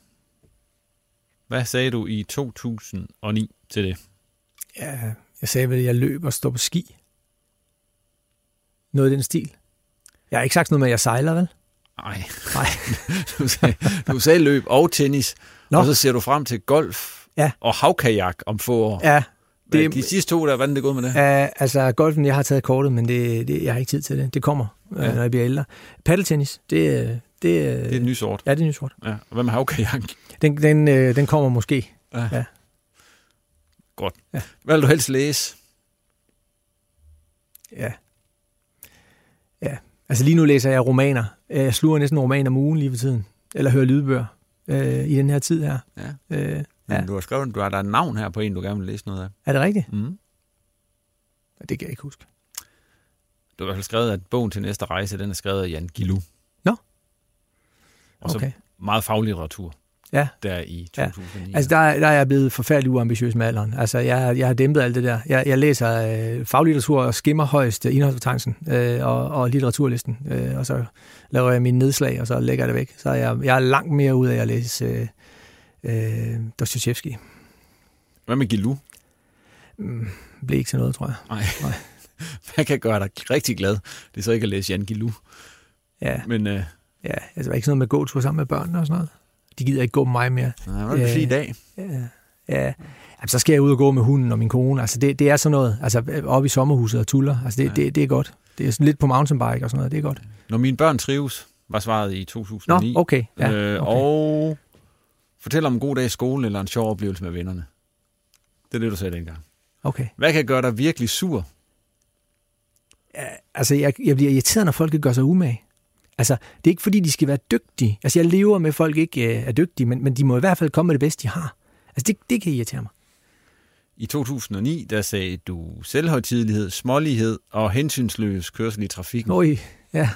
Hvad sagde du i to tusind og ni til det? Ja, jeg sagde vel, at jeg løb og står på ski. Noget i den stil. Jeg har ikke sagt noget med, at jeg sejler, vel? Nej. Nej. du, sagde, du sagde løb og tennis, Nå. Og så ser du frem til golf ja. Og havkajak om få år. Ja. Det, de sidste to, der, hvordan det gået med det? Ja, altså golfen, jeg har taget kortet, men det, det, jeg har ikke tid til det. Det kommer, ja. Når jeg bliver ældre. Paddeltennis, det, det, det er en ny sort. Ja, det er en ny sort. Ja. Og hvad med havkajak? Den, den, øh, den kommer måske. Ja. Ja. Godt. Ja. Hvad vil du helst læse? Ja. Ja. Altså lige nu læser jeg romaner. Jeg sluger næsten romaner om ugen lige for tiden. Eller hører lydbøger øh, i den her tid her. Ja. Øh, ja. Men du har skrevet, du har der et navn her på en, du gerne vil læse noget af. Er det rigtigt? Mm. Ja, det kan jeg ikke huske. Du har i hvert fald skrevet, at bogen til næste rejse, den er skrevet af Jan Guillou. Nå. Og så okay. meget faglig litteratur. Ja. Der i to tusind og ni. Ja. Altså, der, der er jeg blevet forfærdelig uambitiøs med alderen. Altså, jeg, jeg har dæmpet alt det der. Jeg, jeg læser øh, faglitteratur og skimmer højst indholdsbetegnelsen øh, og, og litteraturlisten. Øh, og så laver jeg mine nedslag, og så lægger jeg det væk. Så jeg, jeg er langt mere ud af at læse øh, øh, Dostojevskij. Hvad med Guillou? Mm, blev ikke til noget, tror jeg. Nej. Nej. Hvad kan gøre dig rigtig glad? Det er så ikke at læse Jan Guillou. Ja. Men, øh... ja, altså, var ikke sådan noget med gåtur sammen med børnene og sådan noget. De gider ikke gå med mig mere. Nej, hvad er det for i dag? Ja, ja. Jamen, så skal jeg ud og gå med hunden og min kone. Altså, det, det er sådan noget. Altså, oppe i sommerhuset og tuller. Altså, det, ja. det, det er godt. Det er sådan lidt på mountainbike og sådan noget. Det er godt. Når mine børn trives, var svaret i to tusind og ni. Nå, okay. Ja, øh, okay. Og fortæl om en god dag i skolen eller en sjov oplevelse med vennerne. Det er det, du sagde dengang. Okay. Hvad kan gøre dig virkelig sur? Ja, altså, jeg, jeg bliver irriteret, når folk gør sig umage. Altså, det er ikke fordi, de skal være dygtige. Altså, jeg lever med, at folk ikke øh, er dygtige, men, men de må i hvert fald komme med det bedste, de har. Altså, det, det kan irritere mig. I to tusind og ni, der sagde du selvhøjtidelighed, smålighed og hensynsløs kørsel i trafikken. Oj, ja.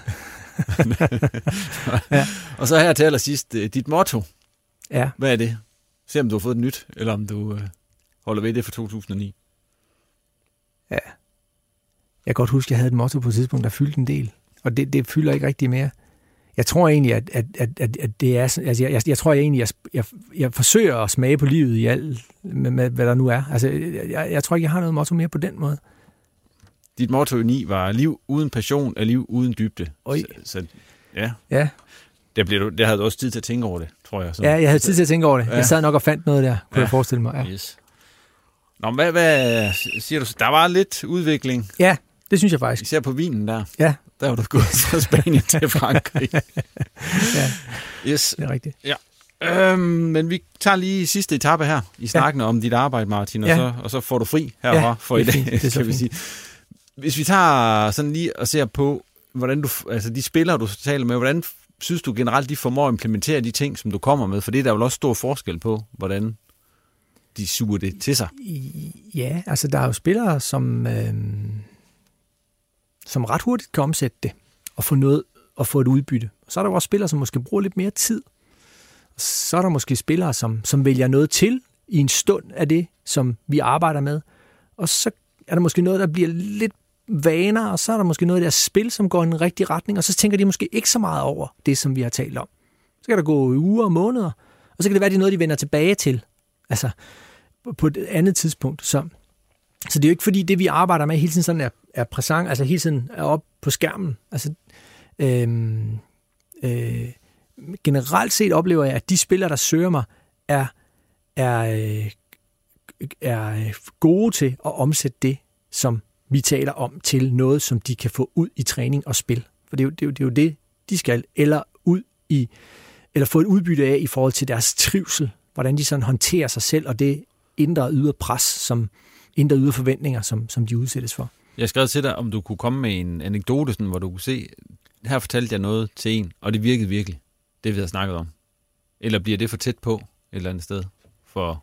ja. Og så her til allersidst, dit motto. Ja. Hvad er det? Se om du har fået et nyt, eller om du øh, holder ved det for to tusind og ni. Ja. Jeg kan godt huske, at jeg havde et motto på et tidspunkt, der fyldte en del. Og det, det fylder ikke rigtig mere. Jeg tror egentlig, at, at, at, at det er... Altså, jeg, jeg, jeg tror jeg egentlig, at jeg, jeg, jeg forsøger at smage på livet i alt, med, med hvad der nu er. Altså, jeg, jeg tror ikke, jeg har noget motto mere på den måde. Dit motto i ni var liv uden passion er liv uden dybde. Oj. Så, så Ja. Ja. Det, bliver du, det havde du også tid til at tænke over det, tror jeg. Sådan. Ja, jeg havde tid til at tænke over det. Ja. Jeg sad nok og fandt noget der, kunne ja. jeg forestille mig. Ja. Yes. Nå, hvad, hvad siger du? Der var lidt udvikling. Ja, det synes jeg faktisk. Især på vinen der. Ja. Der var du gået fra Spanien til Frankrig. Ja, yes. det er rigtigt. Ja. Øhm, men vi tager lige sidste etape her i snakken ja. om dit arbejde, Martin, og, ja. så, og så får du fri herfra ja, for i dag, det kan vi sige. Hvis vi tager sådan lige og ser på, hvordan du, altså de spillere, du taler med, hvordan synes du generelt, de formår at implementere de ting, som du kommer med? For det er der jo også stor forskel på, hvordan de suger det til sig. Ja, altså der er jo spillere, som, øh, som ret hurtigt kan omsætte det og få noget og få et udbytte. Så er der jo også spillere, som måske bruger lidt mere tid. Så er der måske spillere, som, som vælger noget til i en stund af det, som vi arbejder med. Og så er der måske noget, der bliver lidt vaner, og så er der måske noget af deres spil, som går i en rigtig retning, og så tænker de måske ikke så meget over det, som vi har talt om. Så kan der gå uger og måneder, og så kan det være, at det er noget, de vender tilbage til. Altså på et andet tidspunkt. Så, så det er jo ikke fordi, det vi arbejder med hele tiden sådan er, er præsent, altså hele tiden er oppe på skærmen. Altså øhm, øh, generelt set oplever jeg, at de spillere, der søger mig, er, er, er gode til at omsætte det, som vi taler om, til noget, som de kan få ud i træning og spil. For det er jo det, er jo, det, er jo det de skal, eller ud i, eller få et udbytte af i forhold til deres trivsel, hvordan de sådan håndterer sig selv, og det indre og ydre pres, som indre og ydre forventninger, som, som de udsættes for. Jeg skrev til dig, om du kunne komme med en anekdote, sådan, hvor du kunne se, her fortalte jeg noget til en, og det virkede virkelig, det vi havde snakket om. Eller bliver det for tæt på et eller andet sted? For...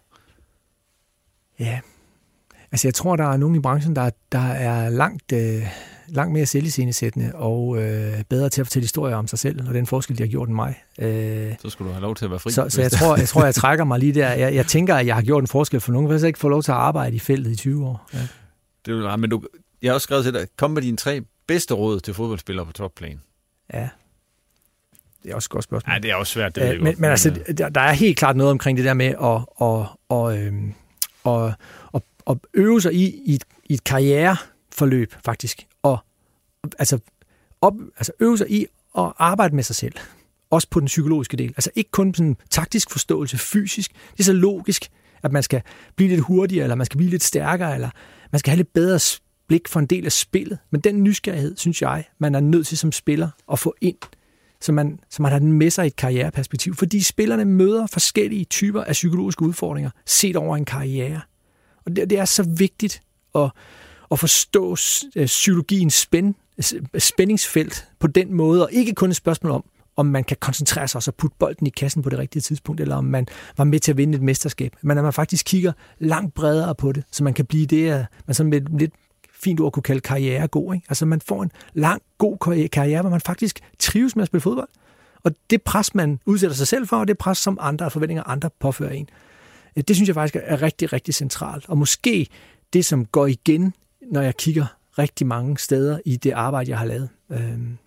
Ja, altså jeg tror, der er nogen i branchen, der, der er langt, øh, langt mere selviscenesættende og øh, bedre til at fortælle historier om sig selv, og den forskel, de har gjort end mig. Øh, så skulle du have lov til at være fri. Så, så jeg, tror, jeg tror, jeg trækker mig lige der. Jeg, jeg tænker, at jeg har gjort en forskel for nogen, for jeg har ikke fået lov til at arbejde i feltet i tyve år. Ja. Det er, men du, jeg har også skrevet til dig, kom med dine tre bedste råd til fodboldspillere på topplan. Ja. Det er også et godt spørgsmål. Nej, det er også svært. Det Æh, men, men altså, der, der er helt klart noget omkring det der med at, at, at, øhm, at, at, at øve sig i, i, et, i et karriereforløb, faktisk. Og altså, op, altså øve sig i at arbejde med sig selv. Også på den psykologiske del. Altså ikke kun sådan taktisk forståelse, fysisk. Det er så logisk, at man skal blive lidt hurtigere, eller man skal blive lidt stærkere, eller man skal have lidt bedre blik for en del af spillet. Men den nysgerrighed, synes jeg, man er nødt til som spiller at få ind, så man, så man har den med sig i et karriereperspektiv. Fordi spillerne møder forskellige typer af psykologiske udfordringer set over en karriere. Og det, det er så vigtigt at, at forstå psykologiens spænd, spændingsfelt på den måde, og ikke kun et spørgsmål om, om man kan koncentrere sig og så putte bolden i kassen på det rigtige tidspunkt, eller om man var med til at vinde et mesterskab. Men at man faktisk kigger langt bredere på det, så man kan blive det, man sådan med lidt fint ord kunne kalde karriere god. Ikke? Altså man får en lang, god karriere, hvor man faktisk trives med at spille fodbold. Og det pres, man udsætter sig selv for, og det pres, som andre forventninger andre påfører en, det synes jeg faktisk er rigtig, rigtig centralt. Og måske det, som går igen, når jeg kigger rigtig mange steder i det arbejde, jeg har lavet. Øhm.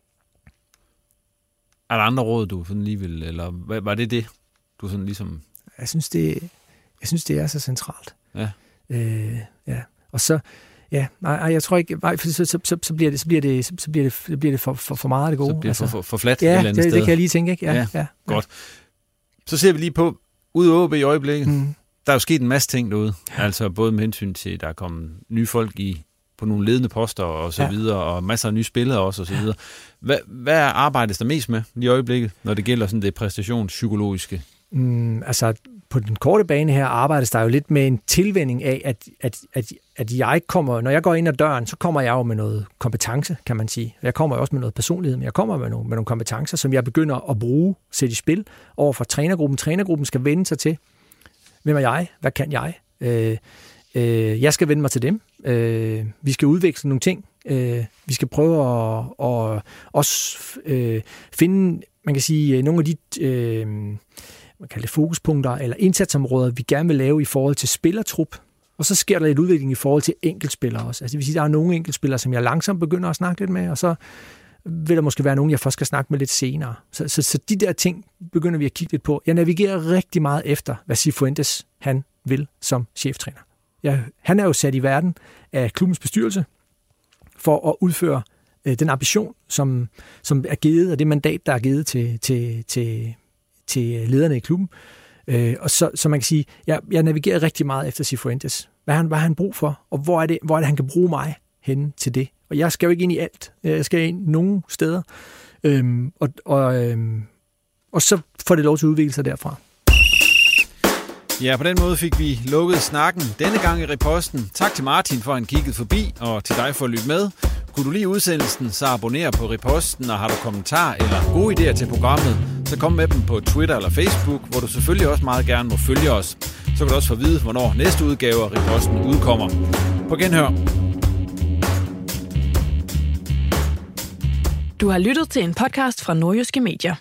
Er der andre råd, du sådan lige vil, eller var det det, du sådan ligesom... Jeg synes, det, jeg synes, det er så centralt. Ja. Øh, ja. Og så... Ja, nej, jeg tror ikke, nej, for så, så, så, så bliver det, så bliver det, så bliver det, så bliver det for, for, for meget af det gode. Så bliver det altså. for, for, for fladt ja, et eller andet det, sted. det kan jeg lige tænke, ikke? Ja, ja, ja. Godt. Så ser vi lige på, ude af A B i øjeblikket, mm. der er jo sket en masse ting derude. Ja. Altså både med hensyn til, der er kommet nye folk i, på nogle ledende poster og så ja. videre, og masser af nye spillere også og så videre. Hvad, hvad arbejdes der mest med i øjeblikket, når det gælder sådan det præstationspsykologiske? Mm, altså på den korte bane her arbejdes der jo lidt med en tilvænning af, at, at, at, at jeg kommer, når jeg går ind ad døren, så kommer jeg jo med noget kompetence, kan man sige. Jeg kommer jo også med noget personlighed, men jeg kommer med nogle, med nogle kompetencer, som jeg begynder at bruge, sætte i spil over for trænergruppen. Trænergruppen skal vende sig til, hvem er jeg? Hvad kan jeg? Øh, øh, jeg skal vende mig til dem. Øh, vi skal udveksle nogle ting. Øh, vi skal prøve at, at også øh, finde, man kan sige, nogle af de... Øh, man kalder det fokuspunkter eller indsatsområder, vi gerne vil lave i forhold til spillertrup. Og så sker der lidt udvikling i forhold til enkeltspillere også. Altså det vil sige, der er nogle enkeltspillere, som jeg langsomt begynder at snakke lidt med, og så vil der måske være nogen, jeg først skal snakke med lidt senere. Så, så, så de der ting begynder vi at kigge lidt på. Jeg navigerer rigtig meget efter, hvad Cifuentes han vil som cheftræner. Jeg, han er jo sat i verden af klubbens bestyrelse for at udføre øh, den ambition, som, som er givet, og det mandat, der er givet til, til, til, til lederne i klubben. Øh, og så, så man kan sige, jeg, jeg navigerer rigtig meget efter Cifuentes. Hvad har han, hvad har han brug for, og hvor er, det, hvor er det, han kan bruge mig henne til det? Og jeg skal jo ikke ind i alt. Jeg skal ind nogle steder. Øhm, og, og, øhm, og så får det lov til at udvikle sig derfra. Ja, på den måde fik vi lukket snakken denne gang i Riposten. Tak til Martin for, at han kiggede forbi, og til dig for at lytte med. Kunne du lide udsendelsen, så abonner på Riposten, og har du kommentarer eller gode idéer til programmet, så kom med dem på Twitter eller Facebook, hvor du selvfølgelig også meget gerne må følge os. Så kan du også få at vide, hvornår næste udgave af Riposten udkommer. På genhør. Du har lyttet til en podcast fra Nordjyske Medier.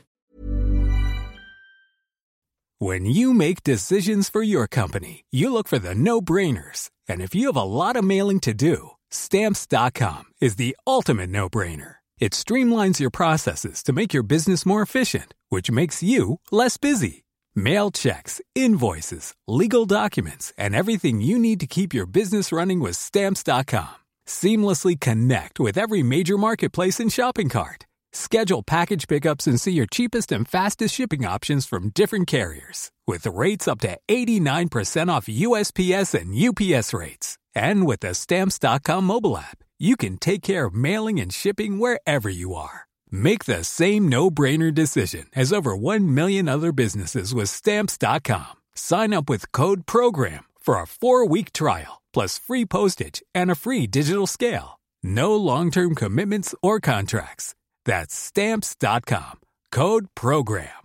When you make decisions for your company, you look for the no-brainers. And if you have a lot of mailing to do, Stamps dot com is the ultimate no-brainer. It streamlines your processes to make your business more efficient, which makes you less busy. Mail checks, invoices, legal documents, and everything you need to keep your business running with Stamps dot com. Seamlessly connect with every major marketplace and shopping cart. Schedule package pickups and see your cheapest and fastest shipping options from different carriers. With rates up to eighty-nine percent off U S P S and U P S rates. And with the Stamps dot com mobile app, you can take care of mailing and shipping wherever you are. Make the same no-brainer decision as over one million other businesses with Stamps dot com. Sign up with code PROGRAM for a four-week trial, plus free postage and a free digital scale. No long-term commitments or contracts. That's Stamps dot com. Code PROGRAM.